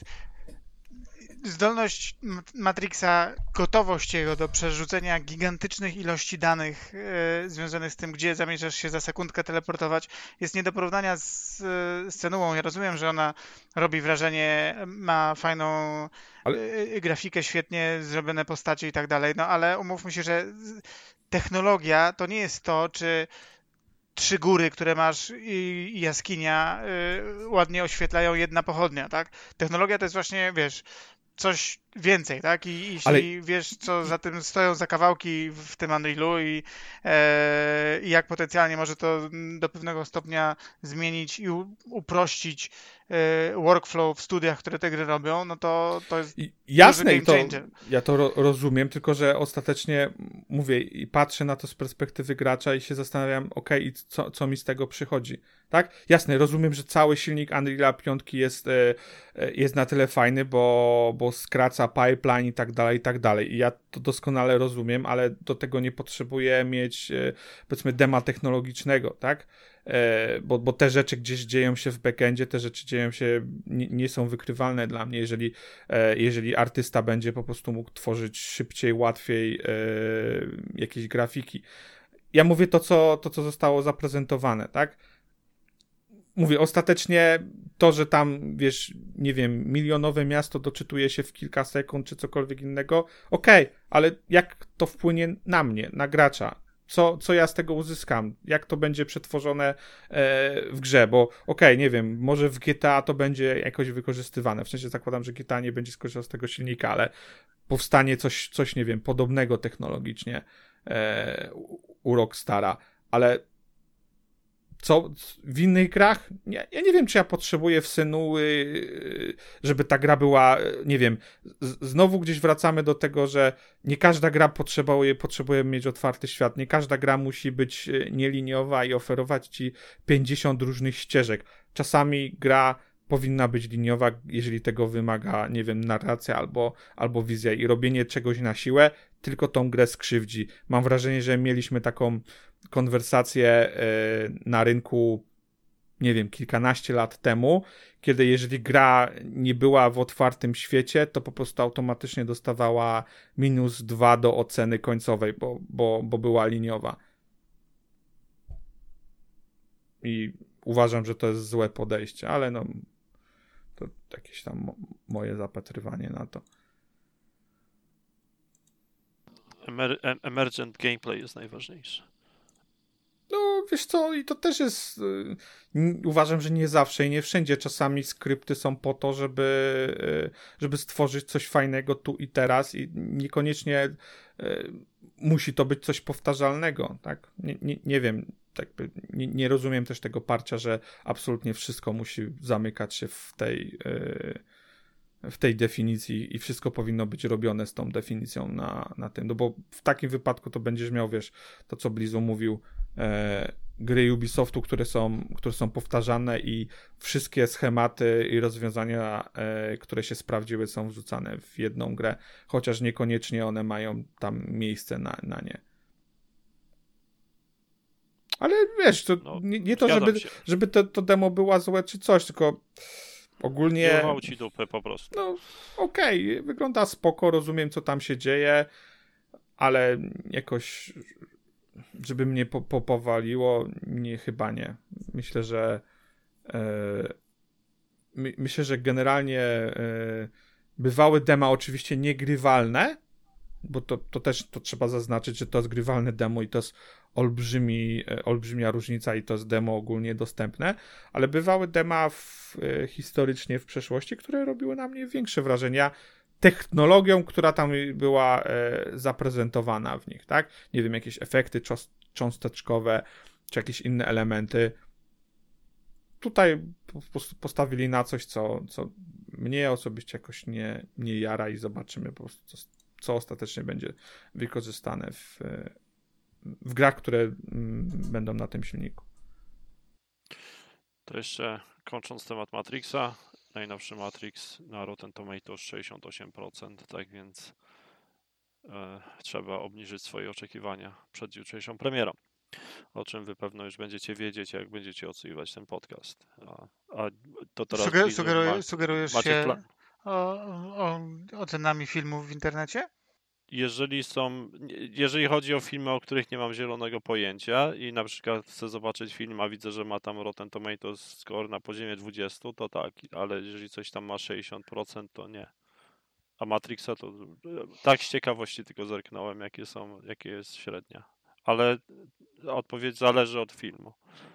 zdolność Matrixa, gotowość jego do przerzucenia gigantycznych ilości danych związanych z tym, gdzie zamierzasz się za sekundkę teleportować, jest nie do porównania z Senuą. Ja rozumiem, że ona robi wrażenie, ma fajną grafikę, świetnie zrobione postacie i tak dalej, no ale umówmy się, że technologia to nie jest to, czy 3 góry, które masz i jaskinia ładnie oświetlają jedna pochodnia, tak? Technologia to jest właśnie, wiesz, coś więcej, tak? I jeśli wiesz, co za tym stoją za kawałki w tym Unrealu i jak potencjalnie może to do pewnego stopnia zmienić i uprościć workflow w studiach, które te gry robią, no to jest jasne, duży game changer. Ja to rozumiem, tylko że ostatecznie mówię i patrzę na to z perspektywy gracza i się zastanawiam, okej, i co mi z tego przychodzi, tak? Jasne, rozumiem, że cały silnik Unreal 5 jest na tyle fajny, bo skraca pipeline i tak dalej. I ja to doskonale rozumiem, ale do tego nie potrzebuję mieć, powiedzmy, dema technologicznego, tak? Bo te rzeczy gdzieś dzieją się w backendzie, te rzeczy dzieją się, nie są wykrywalne dla mnie, jeżeli artysta będzie po prostu mógł tworzyć szybciej, łatwiej jakieś grafiki. Ja mówię to, co zostało zaprezentowane, tak? Mówię, ostatecznie to, że tam, wiesz, nie wiem, milionowe miasto doczytuje się w kilka sekund, czy cokolwiek innego, okej, ale jak to wpłynie na mnie, na gracza? Co ja z tego uzyskam? Jak to będzie przetworzone w grze? Bo nie wiem, może w GTA to będzie jakoś wykorzystywane. W sensie zakładam, że GTA nie będzie skorzystał z tego silnika, ale powstanie coś nie wiem, podobnego technologicznie u Rockstara. Ale co w innych grach? Ja nie wiem, czy ja potrzebuję w Senui, żeby ta gra była, nie wiem, znowu gdzieś wracamy do tego, że nie każda gra potrzebuje mieć otwarty świat, nie każda gra musi być nieliniowa i oferować ci 50 różnych ścieżek. Czasami gra powinna być liniowa, jeżeli tego wymaga, nie wiem, narracja albo wizja i robienie czegoś na siłę tylko tą grę skrzywdzi. Mam wrażenie, że mieliśmy taką konwersację na rynku, nie wiem, kilkanaście lat temu, kiedy jeżeli gra nie była w otwartym świecie, to po prostu automatycznie dostawała -2 do oceny końcowej, bo była liniowa. I uważam, że to jest złe podejście, ale no to jakieś tam moje zapatrywanie na to. Emergent gameplay jest najważniejszy. No, wiesz co, i to też jest, uważam, że nie zawsze i nie wszędzie. Czasami skrypty są po to, żeby stworzyć coś fajnego tu i teraz i niekoniecznie musi to być coś powtarzalnego, tak? Nie wiem, nie rozumiem też tego parcia, że absolutnie wszystko musi zamykać się w tej definicji i wszystko powinno być robione z tą definicją na tym, no bo w takim wypadku to będziesz miał, wiesz, to co Blizu mówił, gry Ubisoftu, które są powtarzane i wszystkie schematy i rozwiązania, które się sprawdziły, są wrzucane w jedną grę, chociaż niekoniecznie one mają tam miejsce na nie. Ale wiesz, to nie to, żeby to demo było złe czy coś, tylko ogólnie... Nie urwał ci dupy po prostu. No okej, wygląda spoko, rozumiem co tam się dzieje, ale jakoś żeby mnie powaliło, chyba nie. Myślę, że generalnie bywały dema oczywiście niegrywalne, bo to też to trzeba zaznaczyć, że to jest grywalne demo i to jest olbrzymia różnica i to jest demo ogólnie dostępne, ale bywały dema historycznie w przeszłości, które robiły na mnie większe wrażenia technologią, która tam była zaprezentowana w nich, tak? Nie wiem, jakieś efekty cząsteczkowe, czy jakieś inne elementy. Tutaj postawili na coś, co mnie osobiście jakoś nie jara i zobaczymy po prostu, co ostatecznie będzie wykorzystane w grach, które będą na tym silniku. To jeszcze kończąc temat Matrixa, najnowszy Matrix na Rotten Tomatoes 68%, tak więc trzeba obniżyć swoje oczekiwania przed jutrzejszą premierą. O czym wy pewno już będziecie wiedzieć, jak będziecie odsłuchiwać ten podcast. A to teraz Blizu Sugerujesz macie się ocenami filmów w internecie? Jeżeli chodzi o filmy, o których nie mam zielonego pojęcia i na przykład chcę zobaczyć film, a widzę, że ma tam Rotten Tomatoes score na poziomie 20, to tak, ale jeżeli coś tam ma 60%, to nie. A Matrixa to tak z ciekawości tylko zerknąłem, jakie jest średnia. Ale odpowiedź zależy od filmu.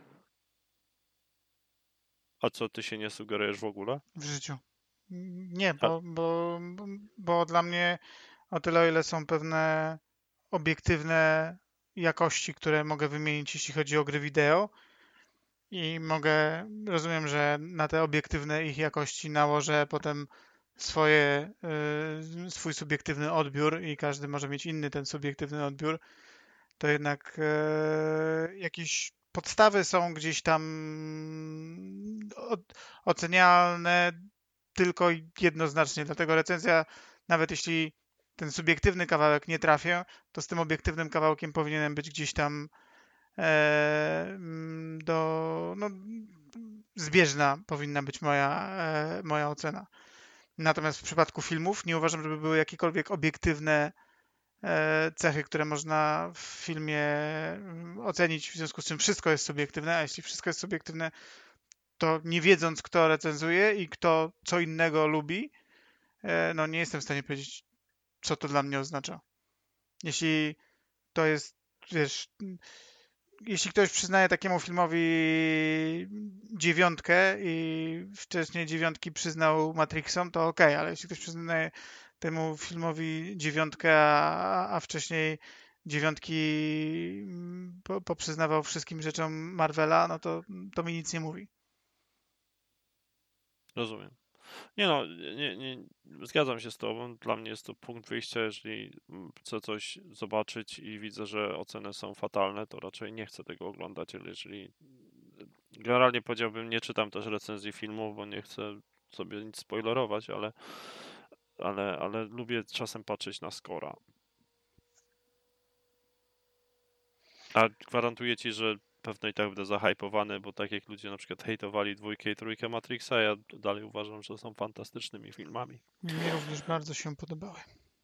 A co, ty się nie sugerujesz w ogóle? W życiu. Nie, bo dla mnie o tyle, o ile są pewne obiektywne jakości, które mogę wymienić, jeśli chodzi o gry wideo i rozumiem, że na te obiektywne ich jakości nałożę potem swój subiektywny odbiór i każdy może mieć inny ten subiektywny odbiór, to jednak jakieś podstawy są gdzieś tam ocenialne tylko i jednoznacznie. Dlatego recenzja, nawet jeśli ten subiektywny kawałek nie trafię, to z tym obiektywnym kawałkiem powinienem być gdzieś tam zbieżna powinna być moja ocena. Natomiast w przypadku filmów nie uważam, żeby były jakiekolwiek obiektywne cechy, które można w filmie ocenić, w związku z czym wszystko jest subiektywne, a jeśli wszystko jest subiektywne, to nie wiedząc, kto recenzuje i kto co innego lubi, no nie jestem w stanie powiedzieć, co to dla mnie oznacza. Jeśli to jest, wiesz, jeśli ktoś przyznaje takiemu filmowi 9 i wcześniej 9 przyznał Matrixom, to okej, ale jeśli ktoś przyznaje temu filmowi 9, a wcześniej 9 poprzyznawał wszystkim rzeczom Marvela, no to mi nic nie mówi. Rozumiem. Nie no, nie, zgadzam się z tobą. Dla mnie jest to punkt wyjścia. Jeżeli chcę coś zobaczyć i widzę, że oceny są fatalne, to raczej nie chcę tego oglądać. Jeżeli generalnie powiedziałbym, nie czytam też recenzji filmów, bo nie chcę sobie nic spoilerować, ale lubię czasem patrzeć na scora. A gwarantuję ci, że pewno i tak będę zahypowany, bo tak jak ludzie na przykład hejtowali 2 i 3 Matrixa, ja dalej uważam, że są fantastycznymi filmami. Mnie również bardzo się podobały.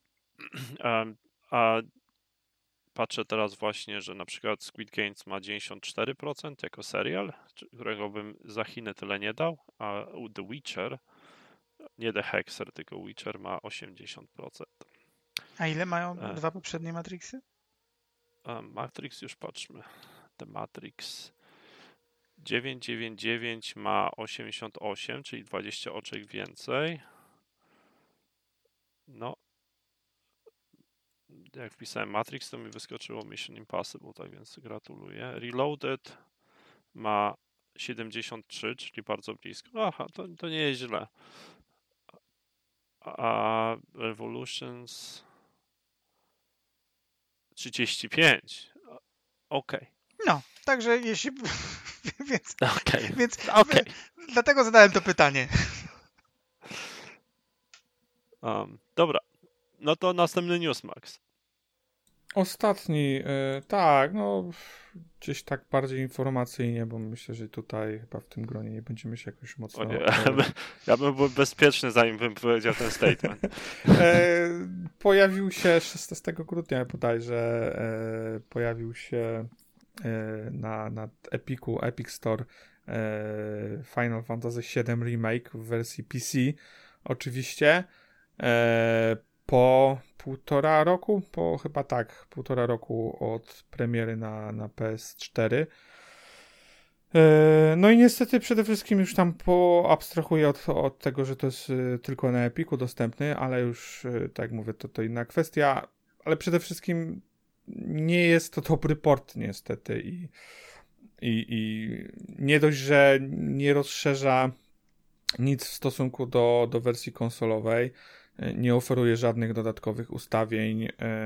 A patrzę teraz właśnie, że na przykład Squid Games ma 94% jako serial, którego bym za Chiny tyle nie dał, a The Witcher, nie The Hexer, tylko Witcher ma 80%. A ile mają dwa poprzednie Matrixy? Matrix, już patrzmy. The Matrix 999 ma 88, czyli 20 oczek więcej. No, jak wpisałem Matrix, to mi wyskoczyło Mission Impossible, tak więc gratuluję. Reloaded ma 73, czyli bardzo blisko. Aha, to nie jest źle. A Revolutions 35. Okej. No, także jeśli... Okej. Więc dlatego zadałem to pytanie. Dobra. No to następny news, Max. Ostatni, tak, no gdzieś tak bardziej informacyjnie, bo myślę, że tutaj chyba w tym gronie nie będziemy się jakoś mocno... Ja bym był bezpieczny, zanim bym powiedział ten statement. Pojawił się 16 grudnia bodajże, pojawił się na Epic Store Final Fantasy VII Remake w wersji PC oczywiście, po półtora roku od premiery na PS4. No i niestety przede wszystkim już tam poabstrahuję od tego, że to jest tylko na Epiku dostępny, ale już, tak jak mówię, to inna kwestia, ale przede wszystkim nie jest to dobry port niestety i nie dość, że nie rozszerza nic w stosunku do wersji konsolowej, nie oferuje żadnych dodatkowych ustawień,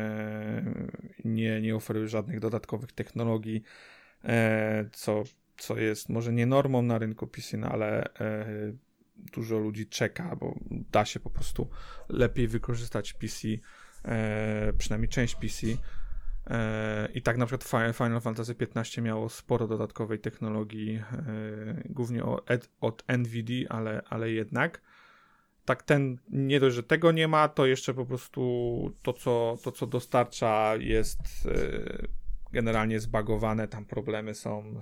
nie oferuje żadnych dodatkowych technologii, co jest może nie normą na rynku PC, no ale dużo ludzi czeka, bo da się po prostu lepiej wykorzystać PC, przynajmniej część PC. I tak na przykład Final Fantasy XV miało sporo dodatkowej technologii, głównie od NVIDIA, ale jednak. Tak nie dość, że tego nie ma, to jeszcze po prostu to co dostarcza jest generalnie zbagowane, tam problemy są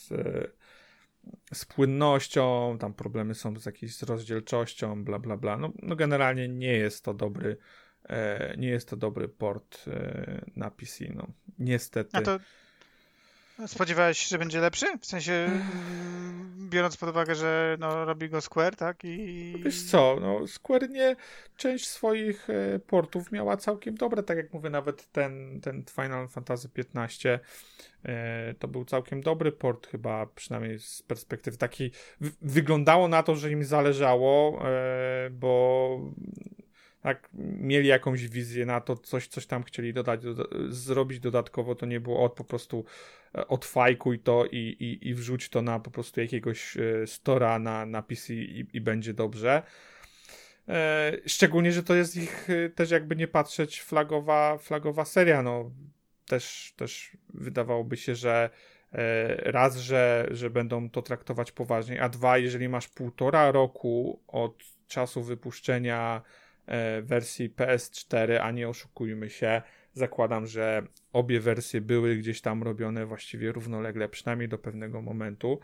z płynnością, tam problemy są z jakąś rozdzielczością, bla bla bla. No generalnie nie jest to dobry port na PC, no niestety. A to spodziewałeś się, że będzie lepszy? W sensie biorąc pod uwagę, że no, robi go Square, tak? Wiesz co, no Square część swoich portów miała całkiem dobre, tak jak mówię, nawet ten Final Fantasy XV to był całkiem dobry port chyba, przynajmniej z perspektywy takiej, wyglądało na to, że im zależało, bo tak, mieli jakąś wizję na to, coś tam chcieli zrobić dodatkowo, to nie było po prostu odfajkuj to i wrzuć to na po prostu jakiegoś stora na PC i będzie dobrze. Szczególnie, że to jest ich też jakby nie patrzeć flagowa seria, no też wydawałoby się, że raz, że będą to traktować poważniej, a dwa, jeżeli masz 1,5 roku od czasu wypuszczenia wersji PS4, a nie oszukujmy się, zakładam, że obie wersje były gdzieś tam robione właściwie równolegle, przynajmniej do pewnego momentu,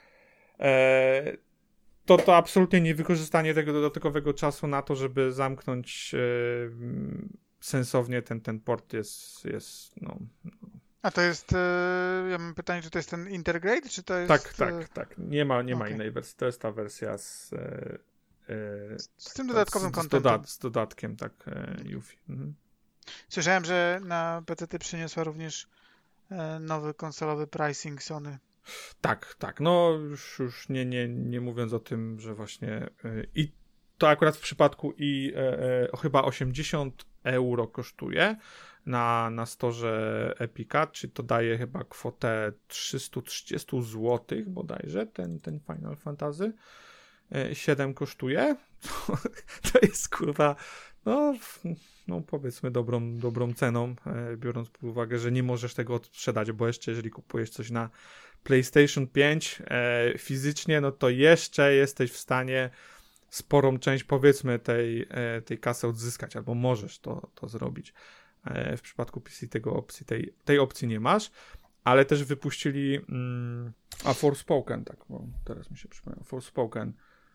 to absolutnie nie wykorzystanie tego dodatkowego czasu na to, żeby zamknąć sensownie ten port jest no. A to jest, ja mam pytanie, czy to jest ten Intergrade, czy to jest... Tak. Nie ma Okay. innej wersji, to jest ta wersja z tym dodatkowym kontentem. Z dodatkiem, tak, Yuffie. Mhm. Słyszałem, że na PC przyniosła również nowy konsolowy pricing Sony. Tak, no już nie mówiąc o tym, że właśnie i to akurat w przypadku chyba 80 euro kosztuje na storze Epica, czy to daje chyba kwotę 330 zł bodajże, ten Final Fantasy 7 kosztuje. To jest kurwa no powiedzmy dobrą ceną, biorąc pod uwagę, że nie możesz tego odsprzedać, bo jeszcze jeżeli kupujesz coś na PlayStation 5 fizycznie, no to jeszcze jesteś w stanie sporą część powiedzmy tej kasy odzyskać, albo możesz to zrobić. W przypadku PC tej opcji nie masz, ale też wypuścili Forspoken, tak, bo teraz mi się przypomniał, Forspoken,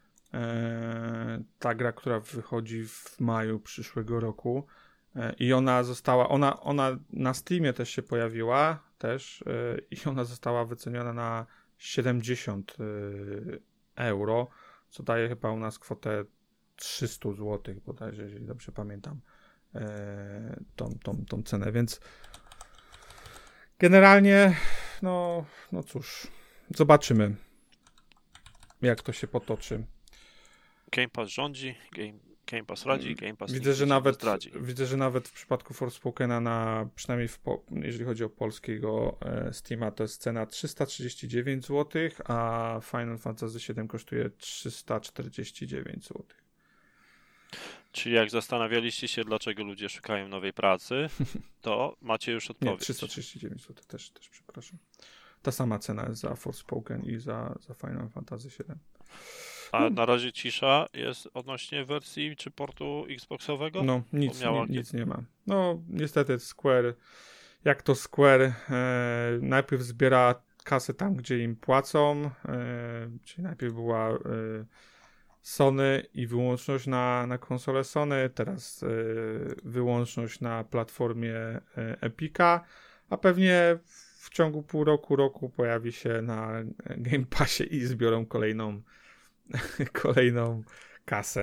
ta gra, która wychodzi w maju przyszłego roku i ona na Steamie też się pojawiła i ona została wyceniona na 70 euro, co daje chyba u nas kwotę 300 zł bodajże, jeżeli dobrze pamiętam tą cenę, więc generalnie no cóż, zobaczymy jak to się potoczy. Game Pass rządzi, Game Pass radzi, Game Pass widzę, że nawet w przypadku Forspokena przynajmniej jeżeli chodzi o polskiego Steama, to jest cena 339 zł, a Final Fantasy VII kosztuje 349 zł. Czyli jak zastanawialiście się, dlaczego ludzie szukają nowej pracy, to macie już odpowiedź. Nie, 339 zł też przepraszam. Ta sama cena jest za Forspoken i za Final Fantasy VII. A na razie cisza jest odnośnie wersji czy portu Xboxowego? No, nic nie ma. No, niestety Square, jak to Square, najpierw zbiera kasę tam, gdzie im płacą, czyli najpierw była Sony i wyłączność na konsolę Sony, teraz wyłączność na platformie Epica, a pewnie w ciągu pół roku pojawi się na Game Passie i zbiorą kolejną kasę.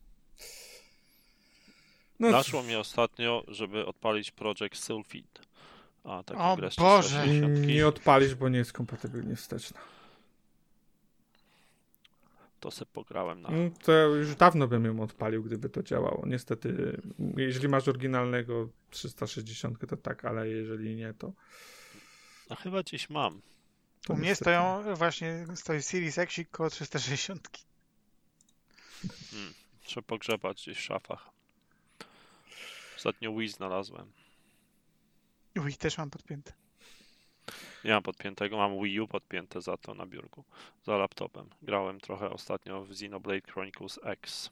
Naszło mnie ostatnio, żeby odpalić Project Sylphid. A taki o grę z Boże! 360. Nie odpalisz, bo nie jest kompatybilnie wsteczna. to se pograłem na... To już dawno bym ją odpalił, gdyby to działało. Niestety, jeżeli masz oryginalnego 360, to tak, ale jeżeli nie, to... No chyba gdzieś mam. U mnie stoi Series X koło 360. Trzeba pogrzebać gdzieś w szafach. Ostatnio Wii znalazłem. Wii też mam podpięte. Nie mam podpiętego, mam Wii U podpięte za to na biurku, za laptopem. Grałem trochę ostatnio w Xenoblade Chronicles X.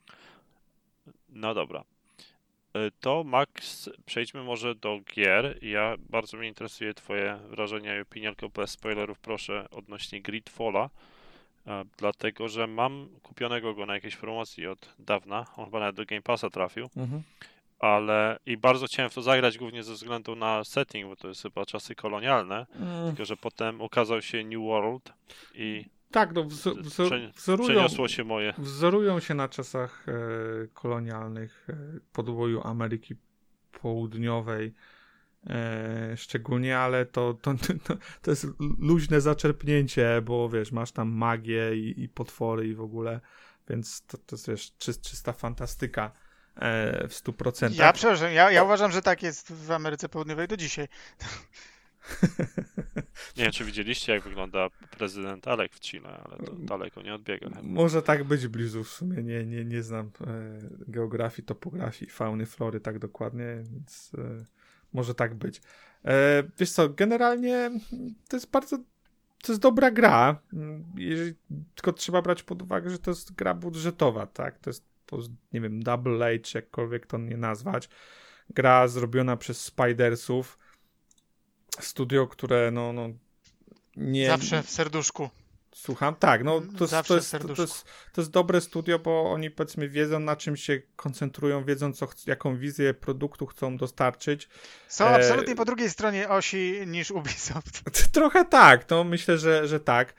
No dobra. To Max, przejdźmy może do gier. Bardzo mnie interesuje twoje wrażenia i opinia, tylko bez spoilerów proszę odnośnie Gridfalla. Dlatego, że mam kupionego go na jakiejś promocji od dawna. On chyba nawet do Game Passa trafił. Ale i bardzo chciałem w to zagrać głównie ze względu na setting, bo to jest chyba czasy kolonialne. Tylko, że potem ukazał się New World i Tak, no przeniosło się moje. Wzorują się na czasach kolonialnych podboju Ameryki Południowej szczególnie, ale to jest luźne zaczerpnięcie, bo wiesz, masz tam magię i potwory i w ogóle, więc to jest wiesz, czysta fantastyka w 100%. Przepraszam, ja uważam, że tak jest w Ameryce Południowej do dzisiaj. Nie wiem, czy widzieliście, jak wygląda prezydent Alek w Chile, ale to daleko nie odbiega. Może tak być blizu, w sumie nie znam geografii, topografii, fauny, flory tak dokładnie, więc może tak być. Wiesz co, generalnie to jest dobra gra, tylko trzeba brać pod uwagę, że to jest gra budżetowa, tak? To jest, nie wiem, Double H, jakkolwiek to nie nazwać. Gra zrobiona przez Spidersów, studio, które nie... Zawsze w serduszku. Słucham? Tak, to jest dobre studio, bo oni powiedzmy wiedzą, na czym się koncentrują, wiedzą jaką wizję produktu chcą dostarczyć. Są absolutnie po drugiej stronie osi niż Ubisoft. Trochę tak, no myślę, że tak.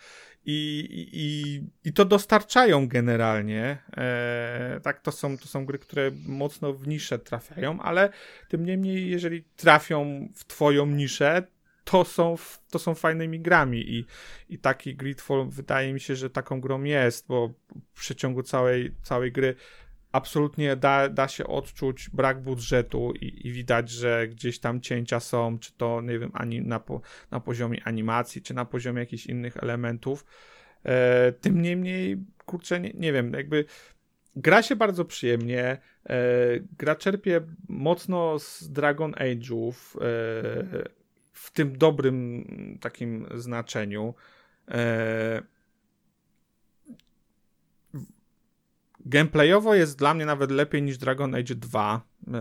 I to dostarczają generalnie. Tak, to są gry, które mocno w niszę trafiają, ale tym niemniej, jeżeli trafią w twoją niszę, to są fajnymi grami i taki Gridfall wydaje mi się, że taką grą jest, bo w przeciągu całej gry absolutnie da się odczuć brak budżetu i widać, że gdzieś tam cięcia są, czy to nie wiem, ani na poziomie animacji, czy na poziomie jakichś innych elementów. Tym niemniej, kurczę, nie wiem, jakby gra się bardzo przyjemnie, gra czerpie mocno z Dragon Age'ów, w tym dobrym takim znaczeniu. Gameplayowo jest dla mnie nawet lepiej niż Dragon Age 2.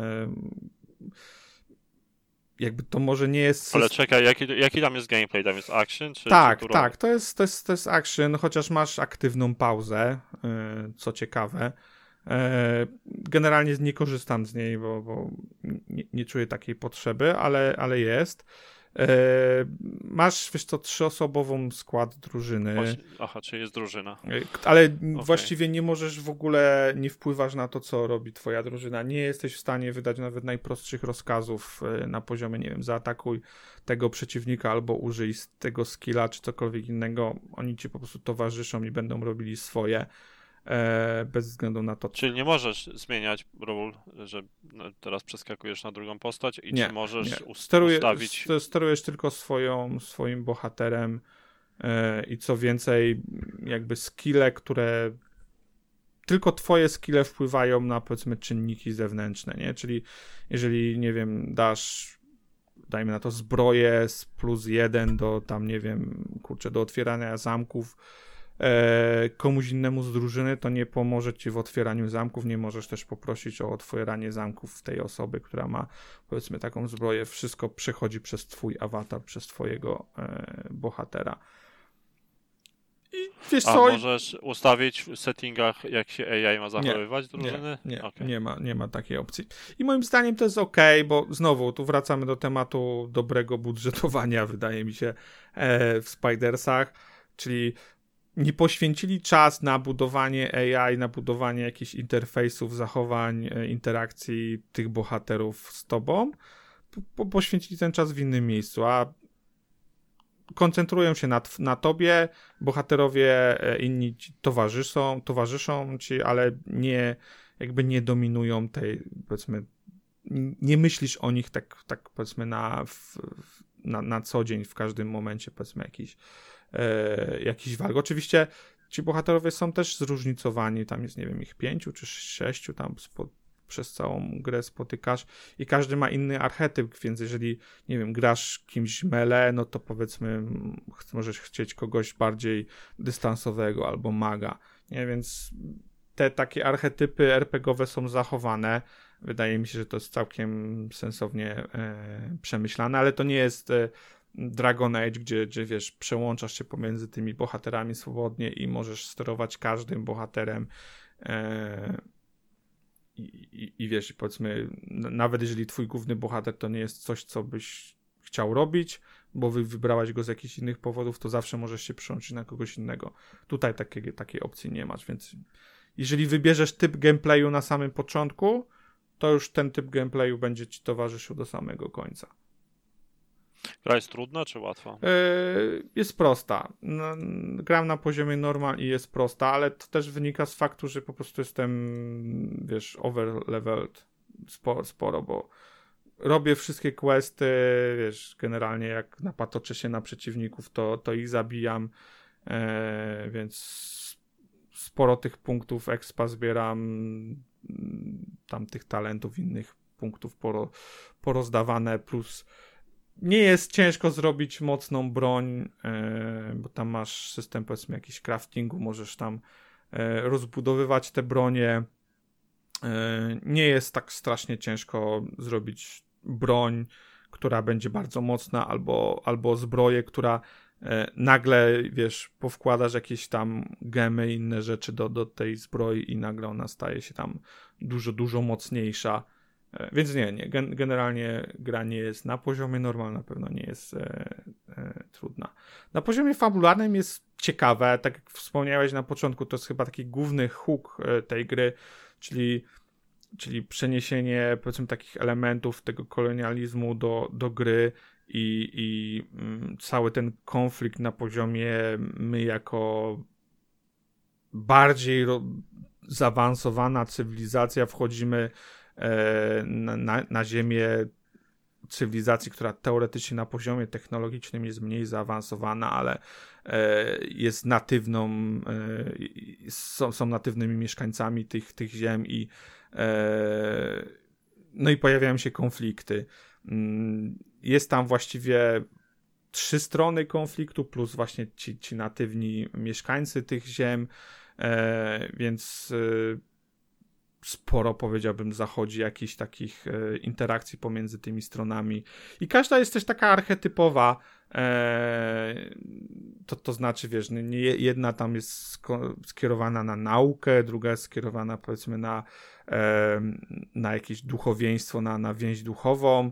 Jakby to może nie jest... Ale czekaj, jaki tam jest gameplay? Tam jest action? Tak, to jest action, chociaż masz aktywną pauzę, co ciekawe. Generalnie nie korzystam z niej, bo nie czuję takiej potrzeby, ale jest. Masz, wiesz co, 3-osobową skład drużyny. Aha, czyli jest drużyna. Ale właściwie nie możesz w ogóle, nie wpływasz na to, co robi twoja drużyna. Nie jesteś w stanie wydać nawet najprostszych rozkazów na poziomie, nie wiem, zaatakuj tego przeciwnika albo użyj tego skilla, czy cokolwiek innego. Oni ci po prostu towarzyszą i będą robili swoje. Bez względu na to. Czyli nie możesz zmieniać ról, że teraz przeskakujesz na drugą postać i czy możesz ustawić... Sterujesz tylko swoim bohaterem i co więcej, jakby skille, które tylko twoje skille wpływają na, powiedzmy, czynniki zewnętrzne, nie? Czyli jeżeli, nie wiem, dajmy na to zbroję z +1 do tam, nie wiem, do otwierania zamków komuś innemu z drużyny, to nie pomoże ci w otwieraniu zamków, nie możesz też poprosić o otwieranie zamków tej osoby, która ma, powiedzmy, taką zbroję. Wszystko przechodzi przez twój awatar, przez twojego bohatera. I wiesz co? Możesz ustawić w settingach, jak się AI ma zachowywać drużyny? Nie ma takiej opcji. I moim zdaniem to jest bo znowu tu wracamy do tematu dobrego budżetowania, wydaje mi się, w Spidersach, czyli nie poświęcili czas na budowanie AI, na budowanie jakichś interfejsów, zachowań, interakcji tych bohaterów z tobą, poświęcili ten czas w innym miejscu, a koncentrują się na tobie, bohaterowie inni ci towarzyszą ci, ale nie dominują tej, powiedzmy, nie myślisz o nich tak powiedzmy na co dzień, w każdym momencie, powiedzmy, jakiś walk. Oczywiście ci bohaterowie są też zróżnicowani, tam jest, nie wiem, ich 5 czy 6 tam przez całą grę spotykasz i każdy ma inny archetyp, więc jeżeli, nie wiem, grasz kimś melee, no to powiedzmy możesz chcieć kogoś bardziej dystansowego albo maga, nie? Więc te takie archetypy RPGowe są zachowane. Wydaje mi się, że to jest całkiem sensownie przemyślane, ale to nie jest Dragon Age, gdzie wiesz, przełączasz się pomiędzy tymi bohaterami swobodnie i możesz sterować każdym bohaterem i wiesz, powiedzmy, nawet jeżeli twój główny bohater to nie jest coś, co byś chciał robić, bo wybrałeś go z jakichś innych powodów, to zawsze możesz się przełączyć na kogoś innego. Tutaj takiej opcji nie masz, więc jeżeli wybierzesz typ gameplayu na samym początku, to już ten typ gameplayu będzie ci towarzyszył do samego końca. Gra jest trudna czy łatwa? Jest prosta. Gram na poziomie normal i jest prosta, ale to też wynika z faktu, że po prostu jestem, wiesz, overleveled sporo, bo robię wszystkie questy, wiesz, generalnie jak napatoczę się na przeciwników, to ich zabijam, więc sporo tych punktów expa zbieram, tam tych talentów, innych punktów porozdawane, plus nie jest ciężko zrobić mocną broń, bo tam masz system, powiedzmy, jakiś craftingu, możesz tam rozbudowywać te bronie. Nie jest tak strasznie ciężko zrobić broń, która będzie bardzo mocna, albo zbroję, która nagle, wiesz, powkładasz jakieś tam gemy, inne rzeczy do tej zbroi i nagle ona staje się tam dużo mocniejsza. Więc nie, generalnie gra nie jest na poziomie normalnym, na pewno nie jest trudna. Na poziomie fabularnym jest ciekawe, tak jak wspomniałeś na początku, to jest chyba taki główny hook tej gry, czyli przeniesienie, powiedzmy, takich elementów tego kolonializmu do gry i cały ten konflikt na poziomie my jako bardziej zaawansowana cywilizacja wchodzimy na ziemię cywilizacji, która teoretycznie na poziomie technologicznym jest mniej zaawansowana, ale jest natywną, są natywnymi mieszkańcami tych ziem i no i pojawiają się konflikty. Jest tam właściwie 3 strony konfliktu, plus właśnie ci natywni mieszkańcy tych ziem, więc sporo, powiedziałbym, zachodzi jakichś takich interakcji pomiędzy tymi stronami. I każda jest też taka archetypowa. To znaczy, wiesz, jedna tam jest skierowana na naukę, druga jest skierowana, powiedzmy, na jakieś duchowieństwo, na więź duchową.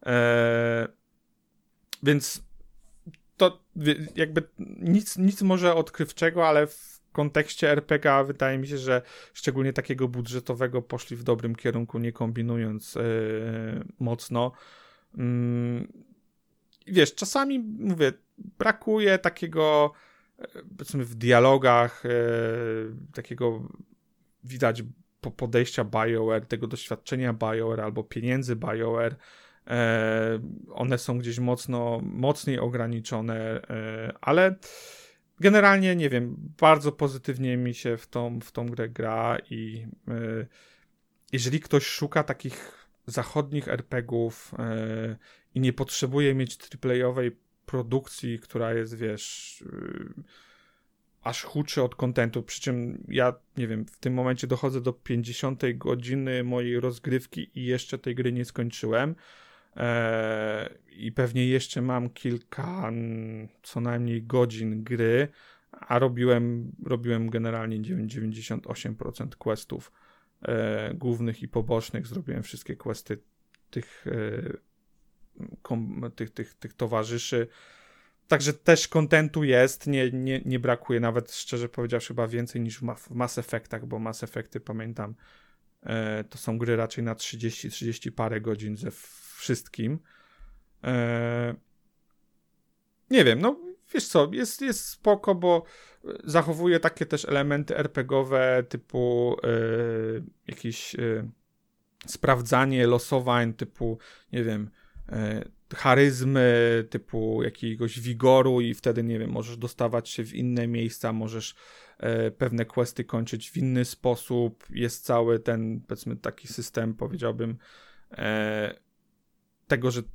Więc to jakby nic może odkrywczego, ale w kontekście RPG wydaje mi się, że szczególnie takiego budżetowego poszli w dobrym kierunku, nie kombinując mocno. Wiesz, czasami, mówię, brakuje takiego, powiedzmy, w dialogach takiego, widać podejścia BioWare, tego doświadczenia BioWare albo pieniędzy BioWare. One są gdzieś mocniej ograniczone, ale generalnie, nie wiem, bardzo pozytywnie mi się w tą grę gra i jeżeli ktoś szuka takich zachodnich RPGów i nie potrzebuje mieć AAA-owej produkcji, która jest, wiesz, aż huczy od kontentu, przy czym ja, nie wiem, w tym momencie dochodzę do 50 godziny mojej rozgrywki i jeszcze tej gry nie skończyłem. I pewnie jeszcze mam kilka co najmniej godzin gry, a robiłem generalnie 98% questów głównych i pobocznych. Zrobiłem wszystkie questy tych towarzyszy. Także też kontentu jest, nie brakuje, nawet szczerze powiedziawszy chyba więcej niż w Mass Effectach, bo Mass Effecty, pamiętam, to są gry raczej na 30 parę godzin ze wszystkim. Nie wiem, no wiesz co, jest spoko, bo zachowuje takie też elementy RPGowe typu jakieś sprawdzanie losowań typu, nie wiem, charyzmy, typu jakiegoś wigoru i wtedy, nie wiem, możesz dostawać się w inne miejsca, możesz pewne questy kończyć w inny sposób. Jest cały ten, powiedzmy, taki system, powiedziałbym, tego, że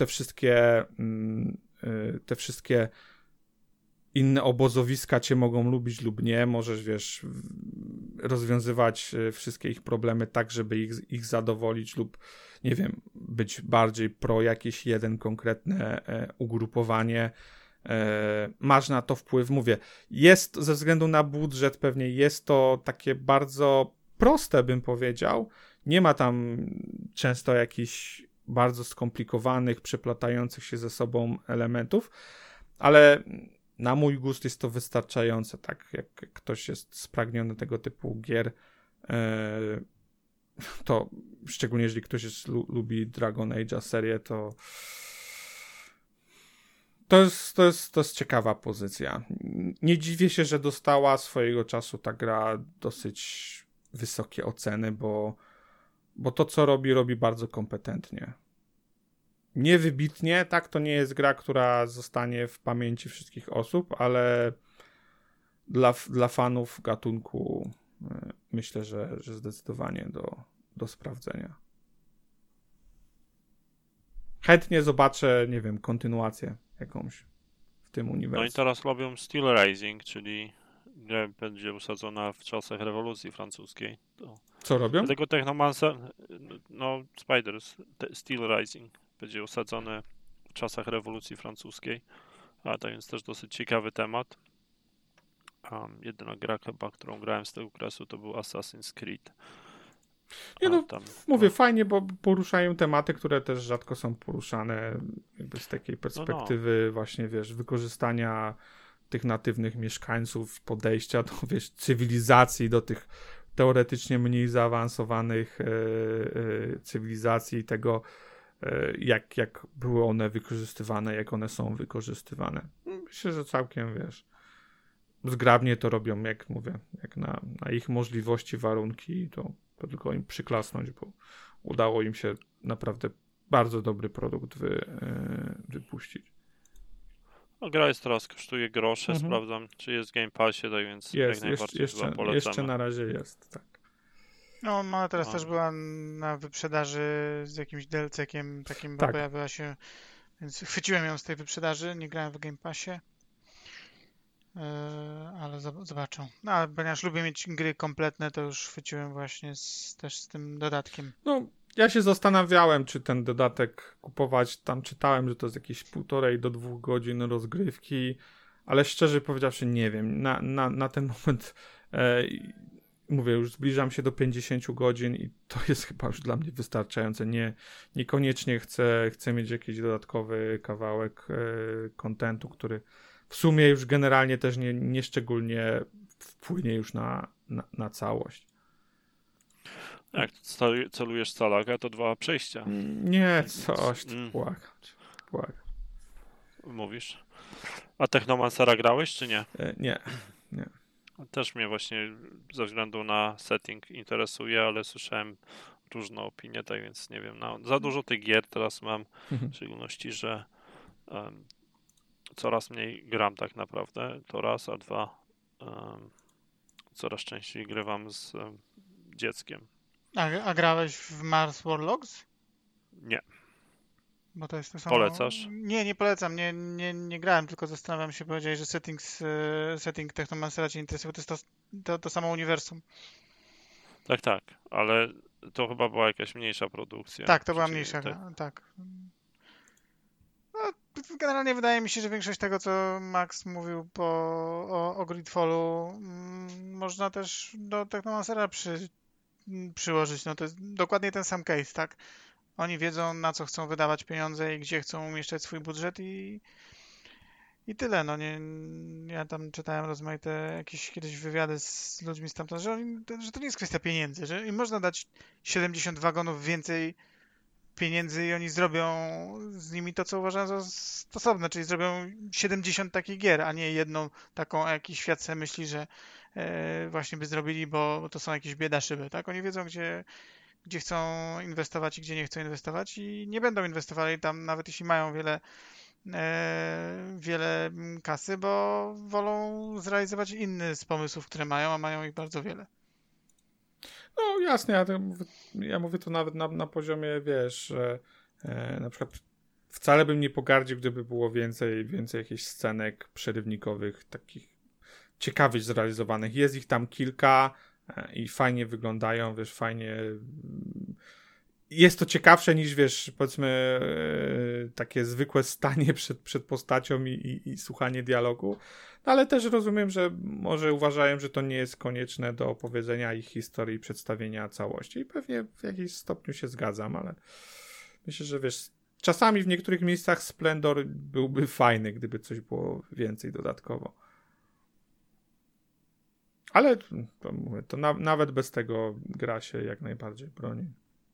te wszystkie inne obozowiska cię mogą lubić lub nie. Możesz, wiesz, rozwiązywać wszystkie ich problemy tak, żeby ich zadowolić lub, nie wiem, być bardziej pro jakieś jeden konkretne ugrupowanie. Masz na to wpływ. Mówię, jest ze względu na budżet pewnie jest to takie bardzo proste, bym powiedział. Nie ma tam często jakichś bardzo skomplikowanych, przeplatających się ze sobą elementów, ale na mój gust jest to wystarczające, tak? Jak ktoś jest spragniony tego typu gier, to szczególnie jeżeli ktoś lubi Dragon Age'a serię, to jest ciekawa pozycja. Nie dziwię się, że dostała swojego czasu ta gra dosyć wysokie oceny, bo to, co robi bardzo kompetentnie. Niewybitnie, tak, to nie jest gra, która zostanie w pamięci wszystkich osób, ale dla fanów gatunku myślę, że zdecydowanie do sprawdzenia. Chętnie zobaczę, nie wiem, kontynuację jakąś w tym uniwersum. No i teraz robią Steel Rising, czyli gra będzie usadzona w czasach rewolucji francuskiej. Co robią? Dlatego Technomancer, no Spiders, Steel Rising będzie usadzony w czasach rewolucji francuskiej, a to jest też dosyć ciekawy temat. Jedyna gra chyba, którą grałem z tego okresu, to był Assassin's Creed. Nie no, mówię, fajnie, bo poruszają tematy, które też rzadko są poruszane jakby z takiej perspektywy właśnie, wiesz, wykorzystania tych natywnych mieszkańców, podejścia do, wiesz, cywilizacji, do tych teoretycznie mniej zaawansowanych cywilizacji i tego, jak były one wykorzystywane, jak one są wykorzystywane. Myślę, że całkiem, wiesz, zgrabnie to robią, jak mówię, jak na ich możliwości, warunki, to tylko im przyklasnąć, bo udało im się naprawdę bardzo dobry produkt wypuścić. No, gra jest teraz, kosztuje grosze, sprawdzam, czy jest w Game Passie, tak więc jak najbardziej chyba polecamy. Jeszcze na razie jest, tak. No, ona teraz też była na wyprzedaży z jakimś DLC-kiem takim, Tak. Pojawiła się, więc chwyciłem ją z tej wyprzedaży, nie grałem w Game Passie, ale zobaczę. No, ale ponieważ lubię mieć gry kompletne, to już chwyciłem właśnie też z tym dodatkiem. No, ja się zastanawiałem, czy ten dodatek kupować. Tam czytałem, że to jest jakieś 1,5 do 2 godzin rozgrywki, ale szczerze powiedziawszy nie wiem. Na ten moment mówię, już zbliżam się do 50 godzin i to jest chyba już dla mnie wystarczające. Niekoniecznie chcę mieć jakiś dodatkowy kawałek kontentu, który w sumie już generalnie też nie szczególnie wpłynie już na całość. Jak celujesz Salaga, to 2 przejścia. Nie, coś, płakać. Mówisz. A Technomancera grałeś, czy nie? Nie. Też mnie właśnie ze względu na setting interesuje, ale słyszałem różne opinie, tak więc nie wiem. No, za dużo tych gier teraz mam, w szczególności, że coraz mniej gram tak naprawdę, to raz, a dwa coraz częściej grywam z dzieckiem. A grałeś w Mars Warlocks? Nie. Bo to jest to samo. Polecasz? Nie polecam, nie grałem, tylko zastanawiam się, powiedziałeś, że setting Technomancera cię interesuje, to jest to samo uniwersum. Tak, ale to chyba była jakaś mniejsza produkcja. Tak, to była mniejsza, tak. No, generalnie wydaje mi się, że większość tego, co Max mówił o Gridfallu, można też do Technomancera przyłożyć. No to jest dokładnie ten sam case, tak? Oni wiedzą, na co chcą wydawać pieniądze i gdzie chcą umieszczać swój budżet i tyle. No ja tam czytałem rozmaite jakieś kiedyś wywiady z ludźmi stamtąd, że to nie jest kwestia pieniędzy, że im można dać 70 wagonów więcej pieniędzy i oni zrobią z nimi to, co uważam za stosowne, czyli zrobią 70 takich gier, a nie jedną taką, a jakiś świat sobie myśli, że właśnie by zrobili, bo to są jakieś biedaszyby, tak? Oni wiedzą, gdzie chcą inwestować i gdzie nie chcą inwestować i nie będą inwestowali tam, nawet jeśli mają wiele kasy, bo wolą zrealizować inny z pomysłów, które mają, a mają ich bardzo wiele. No jasne, ja mówię to nawet na poziomie, wiesz, że na przykład wcale bym nie pogardził, gdyby było więcej jakichś scenek przerywnikowych, takich ciekawych zrealizowanych. Jest ich tam kilka i fajnie wyglądają, wiesz, fajnie. Jest to ciekawsze niż, wiesz, powiedzmy takie zwykłe stanie przed postacią i słuchanie dialogu. No, ale też rozumiem, że może uważają, że to nie jest konieczne do opowiedzenia ich historii i przedstawienia całości. I pewnie w jakimś stopniu się zgadzam, ale myślę, że wiesz, czasami w niektórych miejscach Splendor byłby fajny, gdyby coś było więcej dodatkowo. Ale to mówię, to nawet bez tego gra się jak najbardziej broni.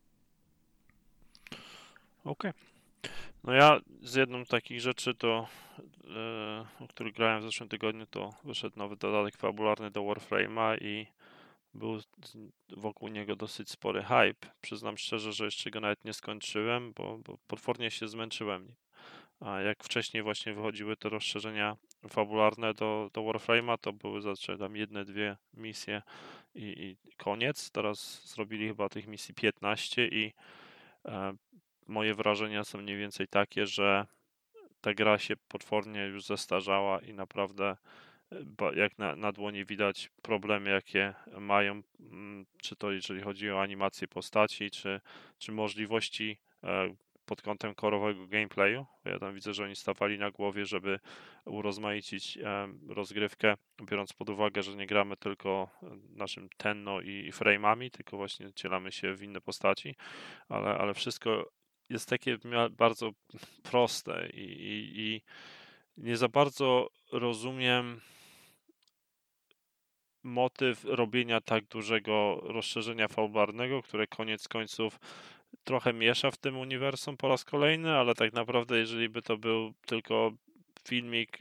Okej. No ja z jedną z takich rzeczy to, o których grałem w zeszłym tygodniu, to wyszedł nowy dodatek fabularny do Warframe'a i był wokół niego dosyć spory hype. Przyznam szczerze, że jeszcze go nawet nie skończyłem, bo potwornie się zmęczyłem nim. A jak wcześniej właśnie wychodziły te rozszerzenia fabularne do Warframe'a, to były zazwyczaj tam 1-2 misje i koniec. Teraz zrobili chyba tych misji 15 i moje wrażenia są mniej więcej takie, że ta gra się potwornie już zestarzała i naprawdę jak na dłoni widać problemy, jakie mają, czy to jeżeli chodzi o animację postaci, czy możliwości pod kątem korowego gameplayu. Ja tam widzę, że oni stawali na głowie, żeby urozmaicić rozgrywkę, biorąc pod uwagę, że nie gramy tylko naszym tenno i frame'ami, tylko właśnie dzielamy się w inne postaci, ale wszystko jest takie bardzo proste i nie za bardzo rozumiem motyw robienia tak dużego rozszerzenia fabularnego, które koniec końców trochę miesza w tym uniwersum po raz kolejny, ale tak naprawdę jeżeli by to był tylko filmik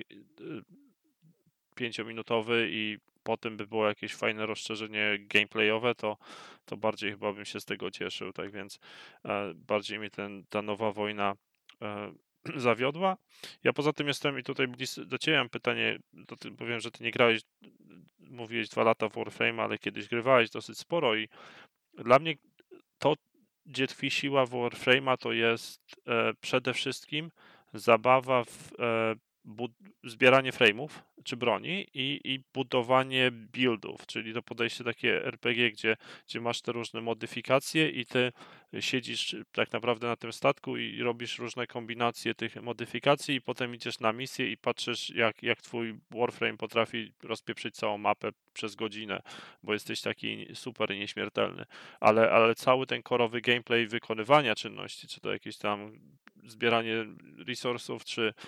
5-minutowy i potem by było jakieś fajne rozszerzenie gameplayowe, to bardziej chyba bym się z tego cieszył, tak więc bardziej mi ta nowa wojna zawiodła. Ja poza tym jestem i tutaj do Ciebie mam pytanie, powiem, że Ty nie grałeś, mówiłeś 2 lata w Warframe, ale kiedyś grywałeś dosyć sporo i dla mnie to, gdzie tkwi siła Warframe'a, to jest przede wszystkim zabawa w zbieranie frame'ów czy broni i budowanie buildów, czyli to podejście takie RPG, gdzie masz te różne modyfikacje i ty siedzisz tak naprawdę na tym statku i robisz różne kombinacje tych modyfikacji i potem idziesz na misję i patrzysz jak twój Warframe potrafi rozpieprzyć całą mapę przez godzinę, bo jesteś taki super nieśmiertelny. Ale cały ten korowy gameplay wykonywania czynności, czy to jakieś tam zbieranie resursów,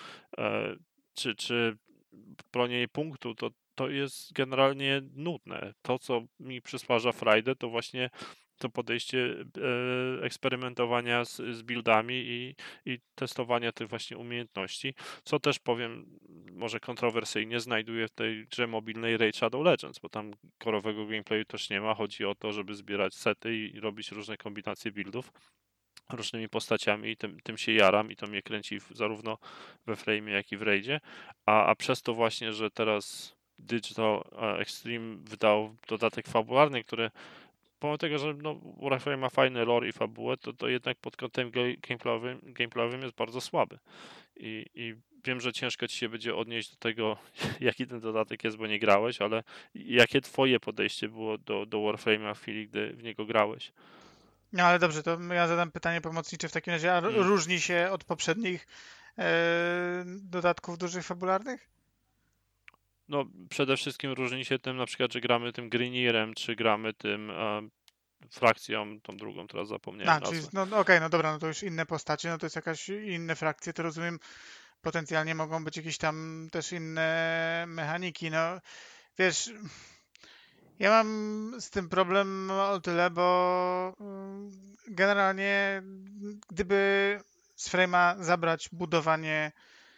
czy bronienie punktu, to jest generalnie nudne. To, co mi przysparza frajdę, to właśnie to podejście eksperymentowania z buildami i testowania tych właśnie umiejętności, co też powiem, może kontrowersyjnie znajduje w tej grze mobilnej Raid Shadow Legends, bo tam korowego gameplayu też nie ma. Chodzi o to, żeby zbierać sety i robić różne kombinacje buildów różnymi postaciami i tym się jaram i to mnie kręci zarówno we Frame'ie, jak i w Raidzie, a przez to właśnie, że teraz Digital Extreme wydał dodatek fabularny, który pomimo tego, że Warframe ma fajny lore i fabułę, to jednak pod kątem gameplayowym jest bardzo słaby. I wiem, że ciężko ci się będzie odnieść do tego, jaki ten dodatek jest, bo nie grałeś, ale jakie twoje podejście było do Warframe'a w chwili, gdy w niego grałeś? No ale dobrze, to ja zadam pytanie pomocnicze w takim razie. A różni się od poprzednich dodatków dużych fabularnych? No, przede wszystkim różni się tym na przykład, że gramy tym Greenierem, czy gramy tym frakcją, tą drugą, teraz zapomniałem Czyli nazwę. no okej, no dobra, no to już inne postacie, no to jest jakaś inne frakcje, to rozumiem, potencjalnie mogą być jakieś tam też inne mechaniki, no wiesz, Ja mam z tym problem o tyle, bo generalnie gdyby z Frame'a zabrać budowanie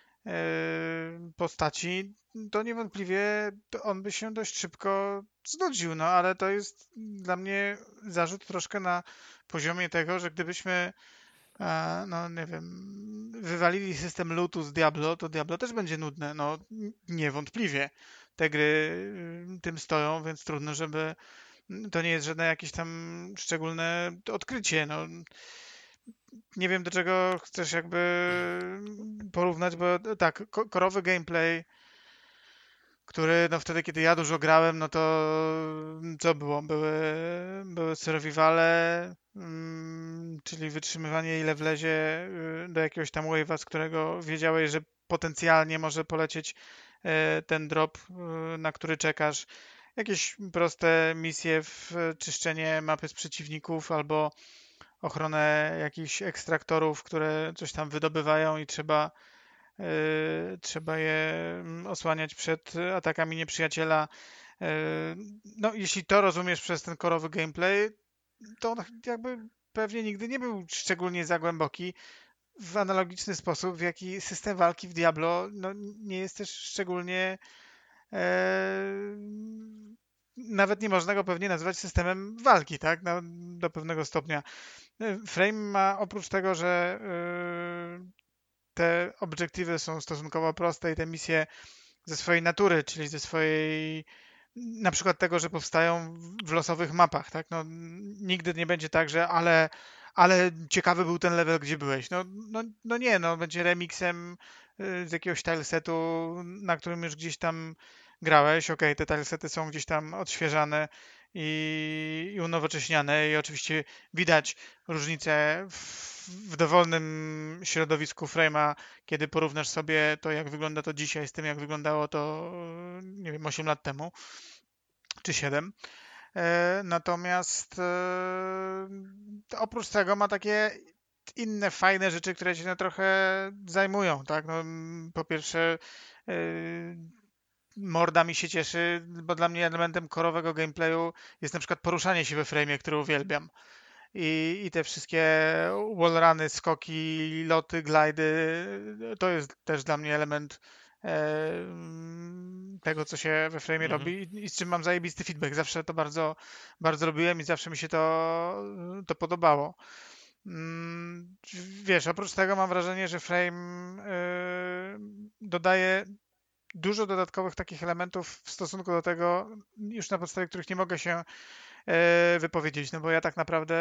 postaci, to niewątpliwie on by się dość szybko znudził, no ale to jest dla mnie zarzut troszkę na poziomie tego, że gdybyśmy no nie wiem, wywalili system lootu z Diablo, to Diablo też będzie nudne, no niewątpliwie. Te gry tym stoją, więc trudno, żeby to nie jest żadne jakieś tam szczególne odkrycie, no. Nie wiem, do czego chcesz jakby porównać, bo tak, korowy gameplay, który no wtedy, kiedy ja dużo grałem, no to co było? Były survivale, czyli wytrzymywanie ile wlezie do jakiegoś tam wave'a, z którego wiedziałeś, że potencjalnie może polecieć ten drop, na który czekasz. Jakieś proste misje w czyszczenie mapy z przeciwników albo ochronę jakichś ekstraktorów, które coś tam wydobywają i trzeba je osłaniać przed atakami nieprzyjaciela. No, jeśli to rozumiesz przez ten korowy gameplay, to on jakby pewnie nigdy nie był szczególnie za głęboki w analogiczny sposób, w jaki system walki w Diablo no, nie jest też szczególnie nawet nie można go pewnie nazywać systemem walki, tak? No, do pewnego stopnia. Frame ma oprócz tego, że te obiektywy są stosunkowo proste i te misje ze swojej natury, czyli ze swojej na przykład tego, że powstają w losowych mapach, tak? No, nigdy nie będzie tak, że ale ciekawy był ten level, gdzie byłeś. No nie, no będzie remixem z jakiegoś tilesetu, na którym już gdzieś tam grałeś. Okej, te tilesety są gdzieś tam odświeżane i unowocześniane i oczywiście widać różnicę w dowolnym środowisku Frame'a, kiedy porównasz sobie to, jak wygląda to dzisiaj z tym, jak wyglądało to, nie wiem, 8 lat temu, czy 7. Natomiast oprócz tego ma takie inne fajne rzeczy, które cię no, trochę zajmują, tak? No, po pierwsze morda mi się cieszy, bo dla mnie elementem korowego gameplayu jest na przykład poruszanie się we frame'ie, który uwielbiam. I te wszystkie wallruny, skoki, loty, glidy, to jest też dla mnie element tego, co się we frame robi i z czym mam zajebisty feedback. Zawsze to bardzo, bardzo lubiłem i zawsze mi się to podobało. Wiesz, oprócz tego mam wrażenie, że frame dodaje dużo dodatkowych takich elementów w stosunku do tego, już na podstawie których nie mogę się wypowiedzieć, no bo ja tak naprawdę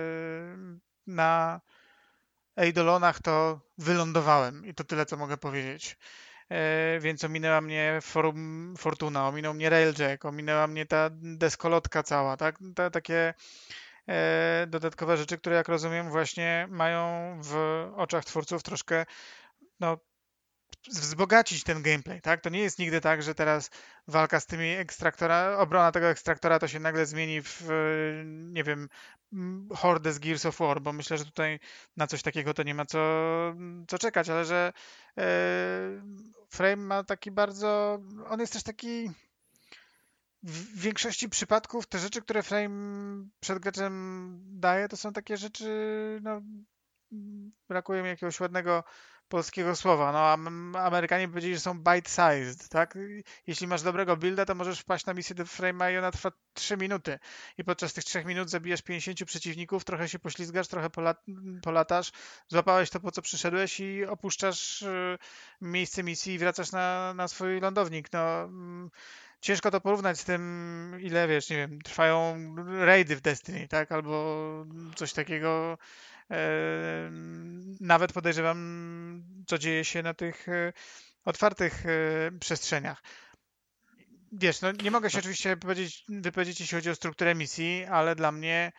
na Eidolonach to wylądowałem i to tyle, co mogę powiedzieć. Więc ominęła mnie Forum Fortuna, ominął mnie Railjack, ominęła mnie ta deskolotka cała, tak? Takie dodatkowe rzeczy, które jak rozumiem właśnie mają w oczach twórców troszkę no, wzbogacić ten gameplay, tak? To nie jest nigdy tak, że teraz walka z tymi obrona tego ekstraktora to się nagle zmieni w, nie wiem, hordę z Gears of War, bo myślę, że tutaj na coś takiego to nie ma co czekać, ale że Frame ma taki bardzo, on jest też taki w większości przypadków te rzeczy, które Frame przed graczem daje, to są takie rzeczy, no brakuje mi jakiegoś ładnego polskiego słowa. No, Amerykanie powiedzieli, że są bite-sized, tak? Jeśli masz dobrego builda, to możesz wpaść na misję do frame'a i ona trwa 3 minuty. I podczas tych 3 minut zabijesz 50 przeciwników, trochę się poślizgasz, trochę polatasz, złapałeś to, po co przyszedłeś i opuszczasz miejsce misji i wracasz na swój lądownik. No, ciężko to porównać z tym, ile, wiesz, nie wiem, trwają raidy w Destiny, tak? Albo coś takiego. Nawet podejrzewam, co dzieje się na tych otwartych przestrzeniach. Wiesz, no nie mogę się oczywiście wypowiedzieć, jeśli chodzi o strukturę misji, ale dla mnie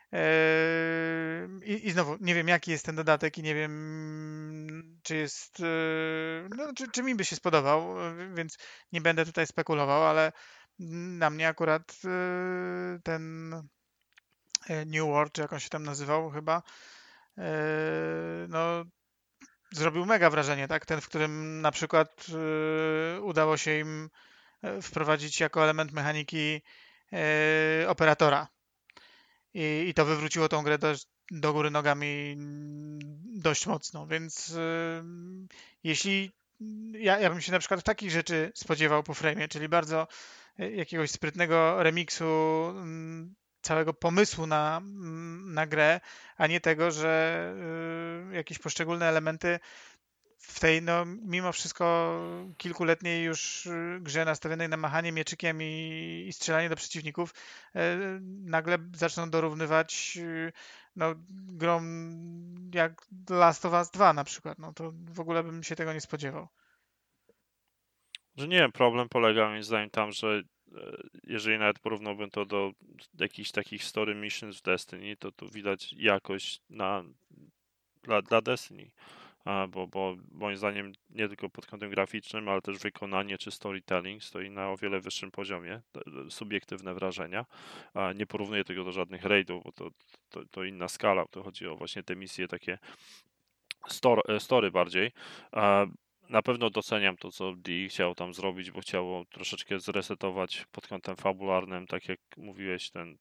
i znowu, nie wiem jaki jest ten dodatek i nie wiem czy jest, no, czy mi by się spodobał, więc nie będę tutaj spekulował, ale na mnie akurat ten New World, czy jak on się tam nazywał chyba, no zrobił mega wrażenie, tak? Ten, w którym na przykład udało się im wprowadzić jako element mechaniki operatora. I to wywróciło tą grę do góry nogami dość mocno, więc jeśli ja bym się na przykład takich rzeczy spodziewał po Frame'ie, czyli bardzo jakiegoś sprytnego remiksu całego pomysłu na grę, a nie tego, że jakieś poszczególne elementy w tej, no mimo wszystko kilkuletniej już grze nastawionej na machanie mieczykiem i strzelanie do przeciwników, nagle zaczną dorównywać no, grom jak Last of Us 2 na przykład. No to w ogóle bym się tego nie spodziewał. Że nie, problem polega moim zdaniem tam, że jeżeli nawet porównałbym to do jakichś takich story missions w Destiny, to tu widać jakość dla Destiny. Bo moim zdaniem nie tylko pod kątem graficznym, ale też wykonanie czy storytelling stoi na o wiele wyższym poziomie, subiektywne wrażenia. Nie porównuję tego do żadnych raidów, bo to inna skala, to chodzi o właśnie te misje takie story bardziej. Na pewno doceniam to, co Dee chciał tam zrobić, bo chciało troszeczkę zresetować pod kątem fabularnym, tak jak mówiłeś, ten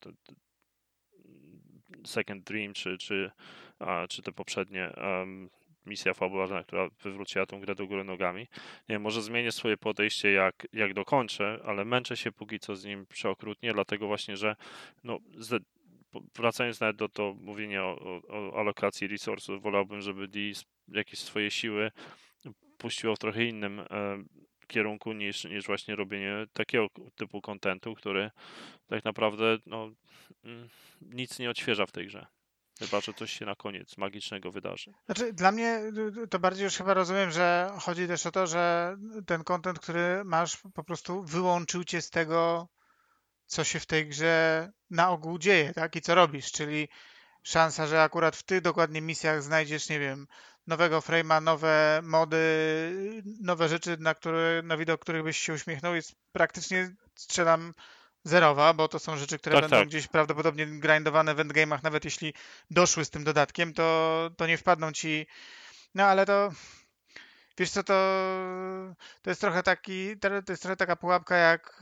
Second Dream, czy te poprzednie misja fabularna, która wywróciła tą grę do góry nogami. Nie wiem, może zmienię swoje podejście, jak dokończę, ale męczę się póki co z nim przeokrutnie, dlatego właśnie, że no, wracając nawet do mówienia o alokacji resursów, wolałbym, żeby Dee jakieś swoje siły puściło w trochę innym kierunku niż właśnie robienie takiego typu kontentu, który tak naprawdę no, nic nie odświeża w tej grze. Chyba że coś się na koniec magicznego wydarzy. Znaczy, dla mnie to bardziej już chyba rozumiem, że chodzi też o to, że ten content, który masz, po prostu wyłączył cię z tego, co się w tej grze na ogół dzieje, tak? I co robisz, czyli szansa, że akurat w tych dokładnie misjach znajdziesz, nie wiem, nowego frame'a, nowe mody, nowe rzeczy, na widok których byś się uśmiechnął, jest praktycznie, strzelam, zerowa, bo to są rzeczy, które będą Tak. gdzieś prawdopodobnie grindowane w endgame'ach, nawet jeśli doszły z tym dodatkiem, to nie wpadną ci. No ale to, wiesz co, to jest trochę to jest trochę taka pułapka, jak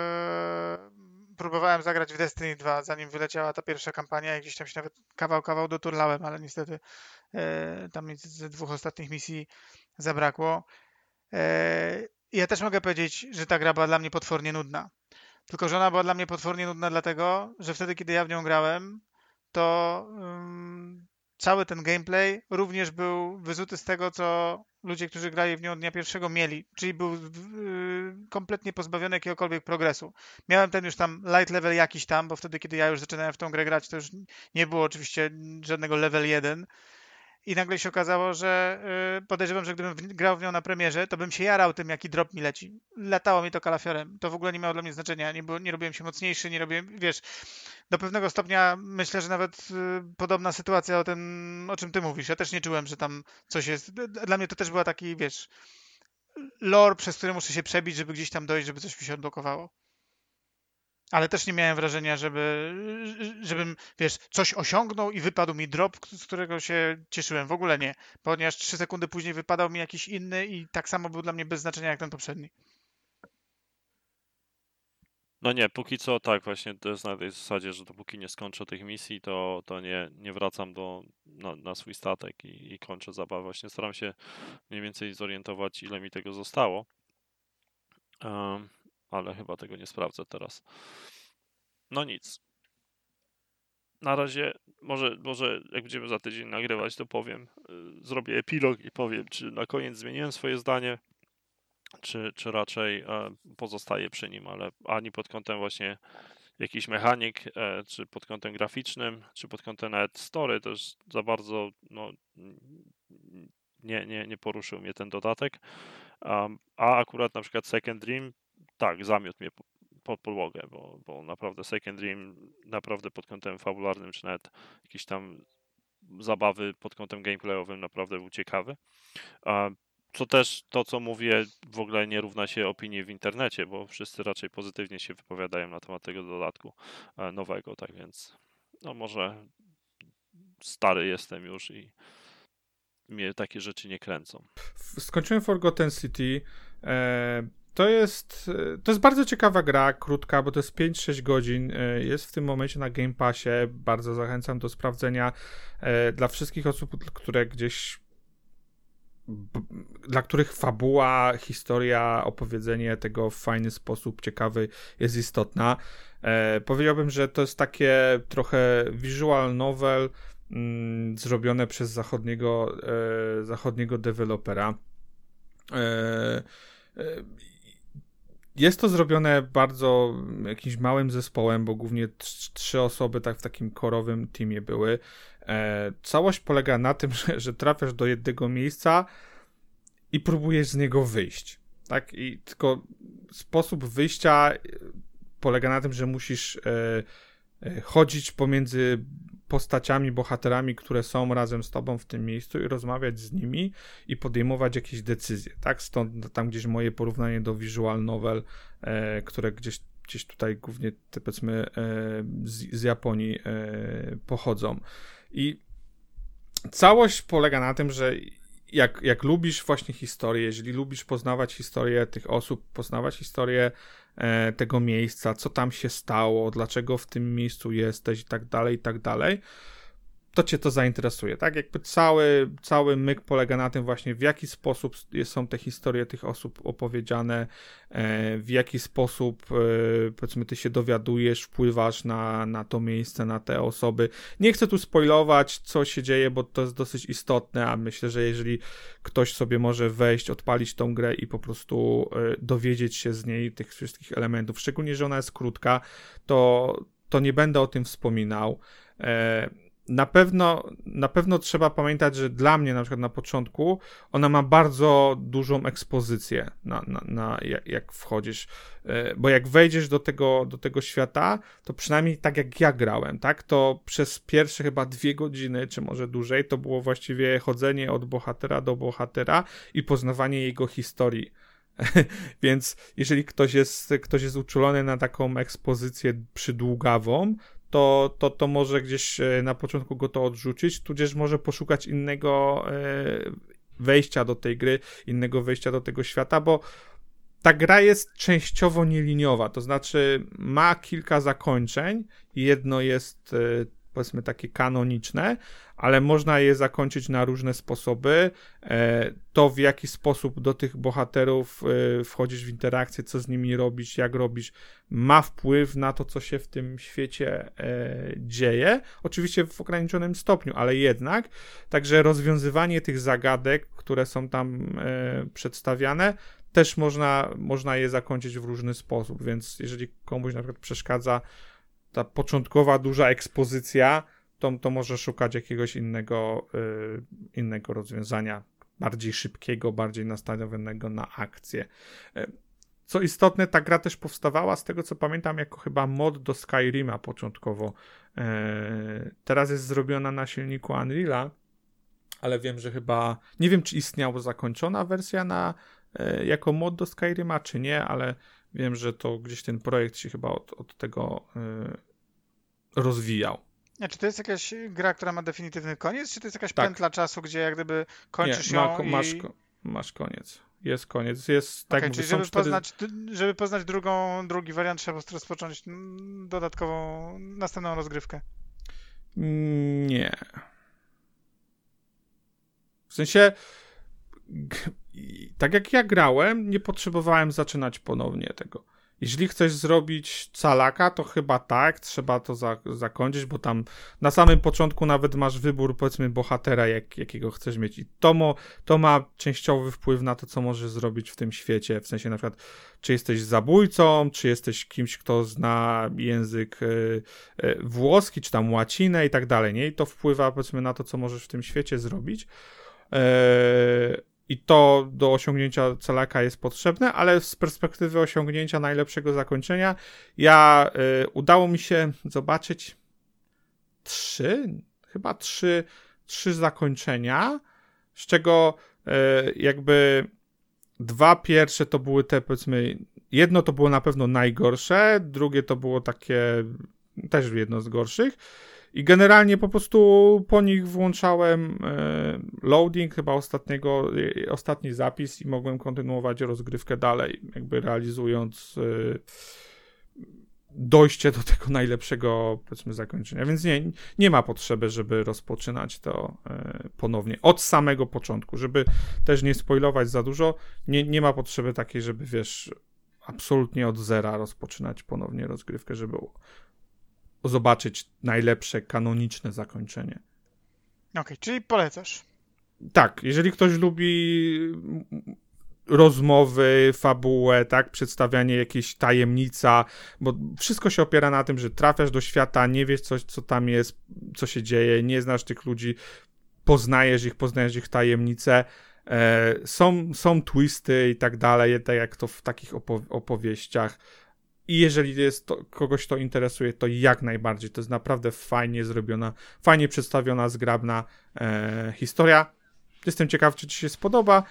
próbowałem zagrać w Destiny 2, zanim wyleciała ta pierwsza kampania i gdzieś tam się nawet kawał doturlałem, ale niestety tam mi ze 2 ostatnich misji zabrakło. Ja też mogę powiedzieć, że ta gra była dla mnie potwornie nudna. Tylko że ona była dla mnie potwornie nudna dlatego, że wtedy, kiedy ja w nią grałem, to cały ten gameplay również był wyzuty z tego, co ludzie, którzy grali w nią dnia pierwszego mieli, czyli był kompletnie pozbawiony jakiegokolwiek progresu. Miałem ten już tam light level jakiś tam, bo wtedy, kiedy ja już zaczynałem w tą grę grać, to już nie było oczywiście żadnego level 1. I nagle się okazało, że podejrzewam, że gdybym grał w nią na premierze, to bym się jarał tym, jaki drop mi leci. Latało mi to kalafiorem. To w ogóle nie miało dla mnie znaczenia. Nie robiłem się mocniejszy, nie robiłem, wiesz, do pewnego stopnia myślę, że nawet podobna sytuacja o czym ty mówisz. Ja też nie czułem, że tam coś jest. Dla mnie to też była taki, wiesz, lore, przez który muszę się przebić, żeby gdzieś tam dojść, żeby coś mi się odblokowało. Ale też nie miałem wrażenia, żebym, wiesz, coś osiągnął i wypadł mi drop, z którego się cieszyłem. W ogóle nie, ponieważ 3 sekundy później wypadał mi jakiś inny i tak samo był dla mnie bez znaczenia jak ten poprzedni. No nie, póki co tak, właśnie to jest na tej zasadzie, że dopóki nie skończę tych misji, to nie wracam na swój statek i kończę zabawę. Właśnie staram się mniej więcej zorientować, ile mi tego zostało. Ale chyba tego nie sprawdzę teraz. No nic. Na razie, może jak będziemy za tydzień nagrywać, to powiem, zrobię epilog i powiem, czy na koniec zmieniłem swoje zdanie, czy raczej pozostaję przy nim, ale ani pod kątem właśnie jakiś mechanik, czy pod kątem graficznym, czy pod kątem nawet story, to już za bardzo no, nie poruszył mnie ten dodatek. A akurat na przykład Second Dream, tak, zamiótł mnie pod podłogę, bo naprawdę Second Dream naprawdę pod kątem fabularnym, czy nawet jakieś tam zabawy pod kątem gameplayowym naprawdę był ciekawy. Co też, to co mówię, w ogóle nie równa się opinii w internecie, bo wszyscy raczej pozytywnie się wypowiadają na temat tego dodatku nowego, tak więc no może stary jestem już i mnie takie rzeczy nie kręcą. Skończyłem Forgotten City. to jest bardzo ciekawa gra, krótka, bo to jest 5-6 godzin, jest w tym momencie na Game Passie, bardzo zachęcam do sprawdzenia dla wszystkich osób, które gdzieś dla których fabuła, historia, opowiedzenie tego w fajny sposób, ciekawy jest istotna. Powiedziałbym, że to jest takie trochę visual novel zrobione przez zachodniego dewelopera. Jest to zrobione bardzo jakimś małym zespołem, bo głównie 3 osoby tak w takim korowym teamie były. Całość polega na tym, że trafiasz do jednego miejsca i próbujesz z niego wyjść. Tak? I tylko sposób wyjścia polega na tym, że musisz chodzić pomiędzy postaciami, bohaterami, które są razem z tobą w tym miejscu i rozmawiać z nimi i podejmować jakieś decyzje, tak? Stąd tam gdzieś moje porównanie do visual novel, które gdzieś tutaj głównie te, powiedzmy z Japonii pochodzą. I całość polega na tym, że jak lubisz właśnie historię, jeżeli lubisz poznawać historię tych osób, poznawać historię tego miejsca, co tam się stało, dlaczego w tym miejscu jesteś i tak dalej, to cię to zainteresuje, tak? Jakby cały myk polega na tym właśnie, w jaki sposób są te historie tych osób opowiedziane, w jaki sposób, powiedzmy, ty się dowiadujesz, wpływasz na to miejsce, na te osoby. Nie chcę tu spoilować, co się dzieje, bo to jest dosyć istotne, a myślę, że jeżeli ktoś sobie może wejść, odpalić tą grę i po prostu dowiedzieć się z niej tych wszystkich elementów, szczególnie, że ona jest krótka, to nie będę o tym wspominał. Na pewno trzeba pamiętać, że dla mnie na przykład na początku ona ma bardzo dużą ekspozycję jak wchodzisz, bo jak wejdziesz do tego świata, to przynajmniej tak jak ja grałem, tak, to przez pierwsze chyba 2 godziny, czy może dłużej, to było właściwie chodzenie od bohatera do bohatera i poznawanie jego historii. Więc jeżeli ktoś jest uczulony na taką ekspozycję przydługawą, to może gdzieś na początku go to odrzucić, tudzież może poszukać innego wejścia do tej gry, innego wejścia do tego świata, bo ta gra jest częściowo nieliniowa, to znaczy ma kilka zakończeń, jedno jest powiedzmy takie kanoniczne, ale można je zakończyć na różne sposoby. To w jaki sposób do tych bohaterów wchodzisz w interakcję, co z nimi robisz, jak robisz, ma wpływ na to, co się w tym świecie dzieje. Oczywiście w ograniczonym stopniu, ale jednak. Także rozwiązywanie tych zagadek, które są tam przedstawiane, też można je zakończyć w różny sposób, więc jeżeli komuś na przykład przeszkadza ta początkowa duża ekspozycja, to może szukać jakiegoś innego rozwiązania, bardziej szybkiego, bardziej nastawionego na akcję. Co istotne, ta gra też powstawała, z tego co pamiętam, jako chyba mod do Skyrima początkowo. Teraz jest zrobiona na silniku Unreala, ale wiem, że chyba, nie wiem, czy istniała zakończona wersja jako mod do Skyrima, czy nie, ale wiem, że to gdzieś ten projekt się chyba od tego rozwijał. A czy to jest jakaś gra, która ma definitywny koniec, czy to jest jakaś pętla czasu, gdzie jak gdyby kończysz ją masz koniec. Jest koniec. Jest, tak okay, mówię, czyli żeby poznać drugi wariant, trzeba po prostu rozpocząć dodatkową, następną rozgrywkę. Nie. W sensie tak jak ja grałem, nie potrzebowałem zaczynać ponownie tego. Jeżeli chcesz zrobić calaka, to chyba tak, trzeba to zakończyć, bo tam na samym początku nawet masz wybór, powiedzmy, bohatera, jakiego chcesz mieć i to ma częściowy wpływ na to, co możesz zrobić w tym świecie, w sensie na przykład, czy jesteś zabójcą, czy jesteś kimś, kto zna język włoski, czy tam łacinę i tak dalej, nie? I to wpływa, powiedzmy, na to, co możesz w tym świecie zrobić. I to do osiągnięcia celaka jest potrzebne, ale z perspektywy osiągnięcia najlepszego zakończenia udało mi się zobaczyć trzy zakończenia, z czego jakby 2 pierwsze to były te, powiedzmy, jedno to było na pewno najgorsze, drugie to było takie też jedno z gorszych I generalnie po prostu po nich włączałem loading chyba ostatni zapis i mogłem kontynuować rozgrywkę dalej, jakby realizując dojście do tego najlepszego, powiedzmy, zakończenia. Więc nie ma potrzeby, żeby rozpoczynać to ponownie od samego początku, żeby też nie spoilować za dużo. Nie ma potrzeby takiej, żeby wiesz, absolutnie od zera rozpoczynać ponownie rozgrywkę, żeby zobaczyć najlepsze, kanoniczne zakończenie. Okej, czyli polecasz. Tak, jeżeli ktoś lubi rozmowy, fabułę, tak, przedstawianie jakiejś tajemnica, bo wszystko się opiera na tym, że trafiasz do świata, nie wiesz co tam jest, co się dzieje, nie znasz tych ludzi, poznajesz ich tajemnice, są twisty i tak dalej, tak jak to w takich opowieściach. I jeżeli kogoś to interesuje, to jak najbardziej. To jest naprawdę fajnie zrobiona, fajnie przedstawiona, zgrabna historia. Jestem ciekaw, czy ci się spodoba,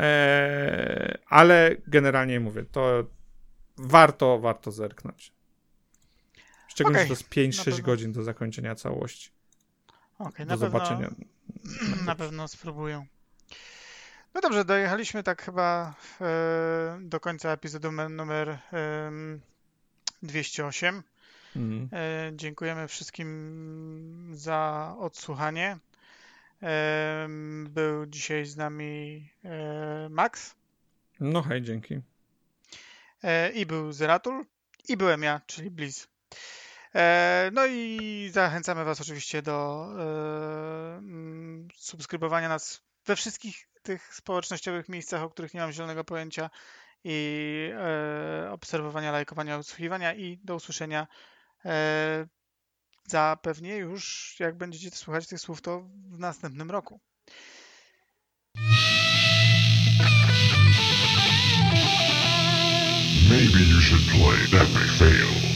ale generalnie mówię, to warto zerknąć. Szczególnie, że to jest 5-6 godzin do zakończenia całości. Do zobaczenia. Na pewno spróbuję. No dobrze, dojechaliśmy tak chyba do końca epizodu numer 208. Dziękujemy wszystkim za odsłuchanie. Był dzisiaj z nami Max. No hej, dzięki. I był Zeratul. I byłem ja, czyli Blizz. No i zachęcamy was oczywiście do subskrybowania nas we wszystkich tych społecznościowych miejscach, o których nie mam zielonego pojęcia, i obserwowania, lajkowania, odsłuchiwania, i do usłyszenia zapewnie już, jak będziecie słuchać tych słów, to w następnym roku. Maybe you should play Epic Fail.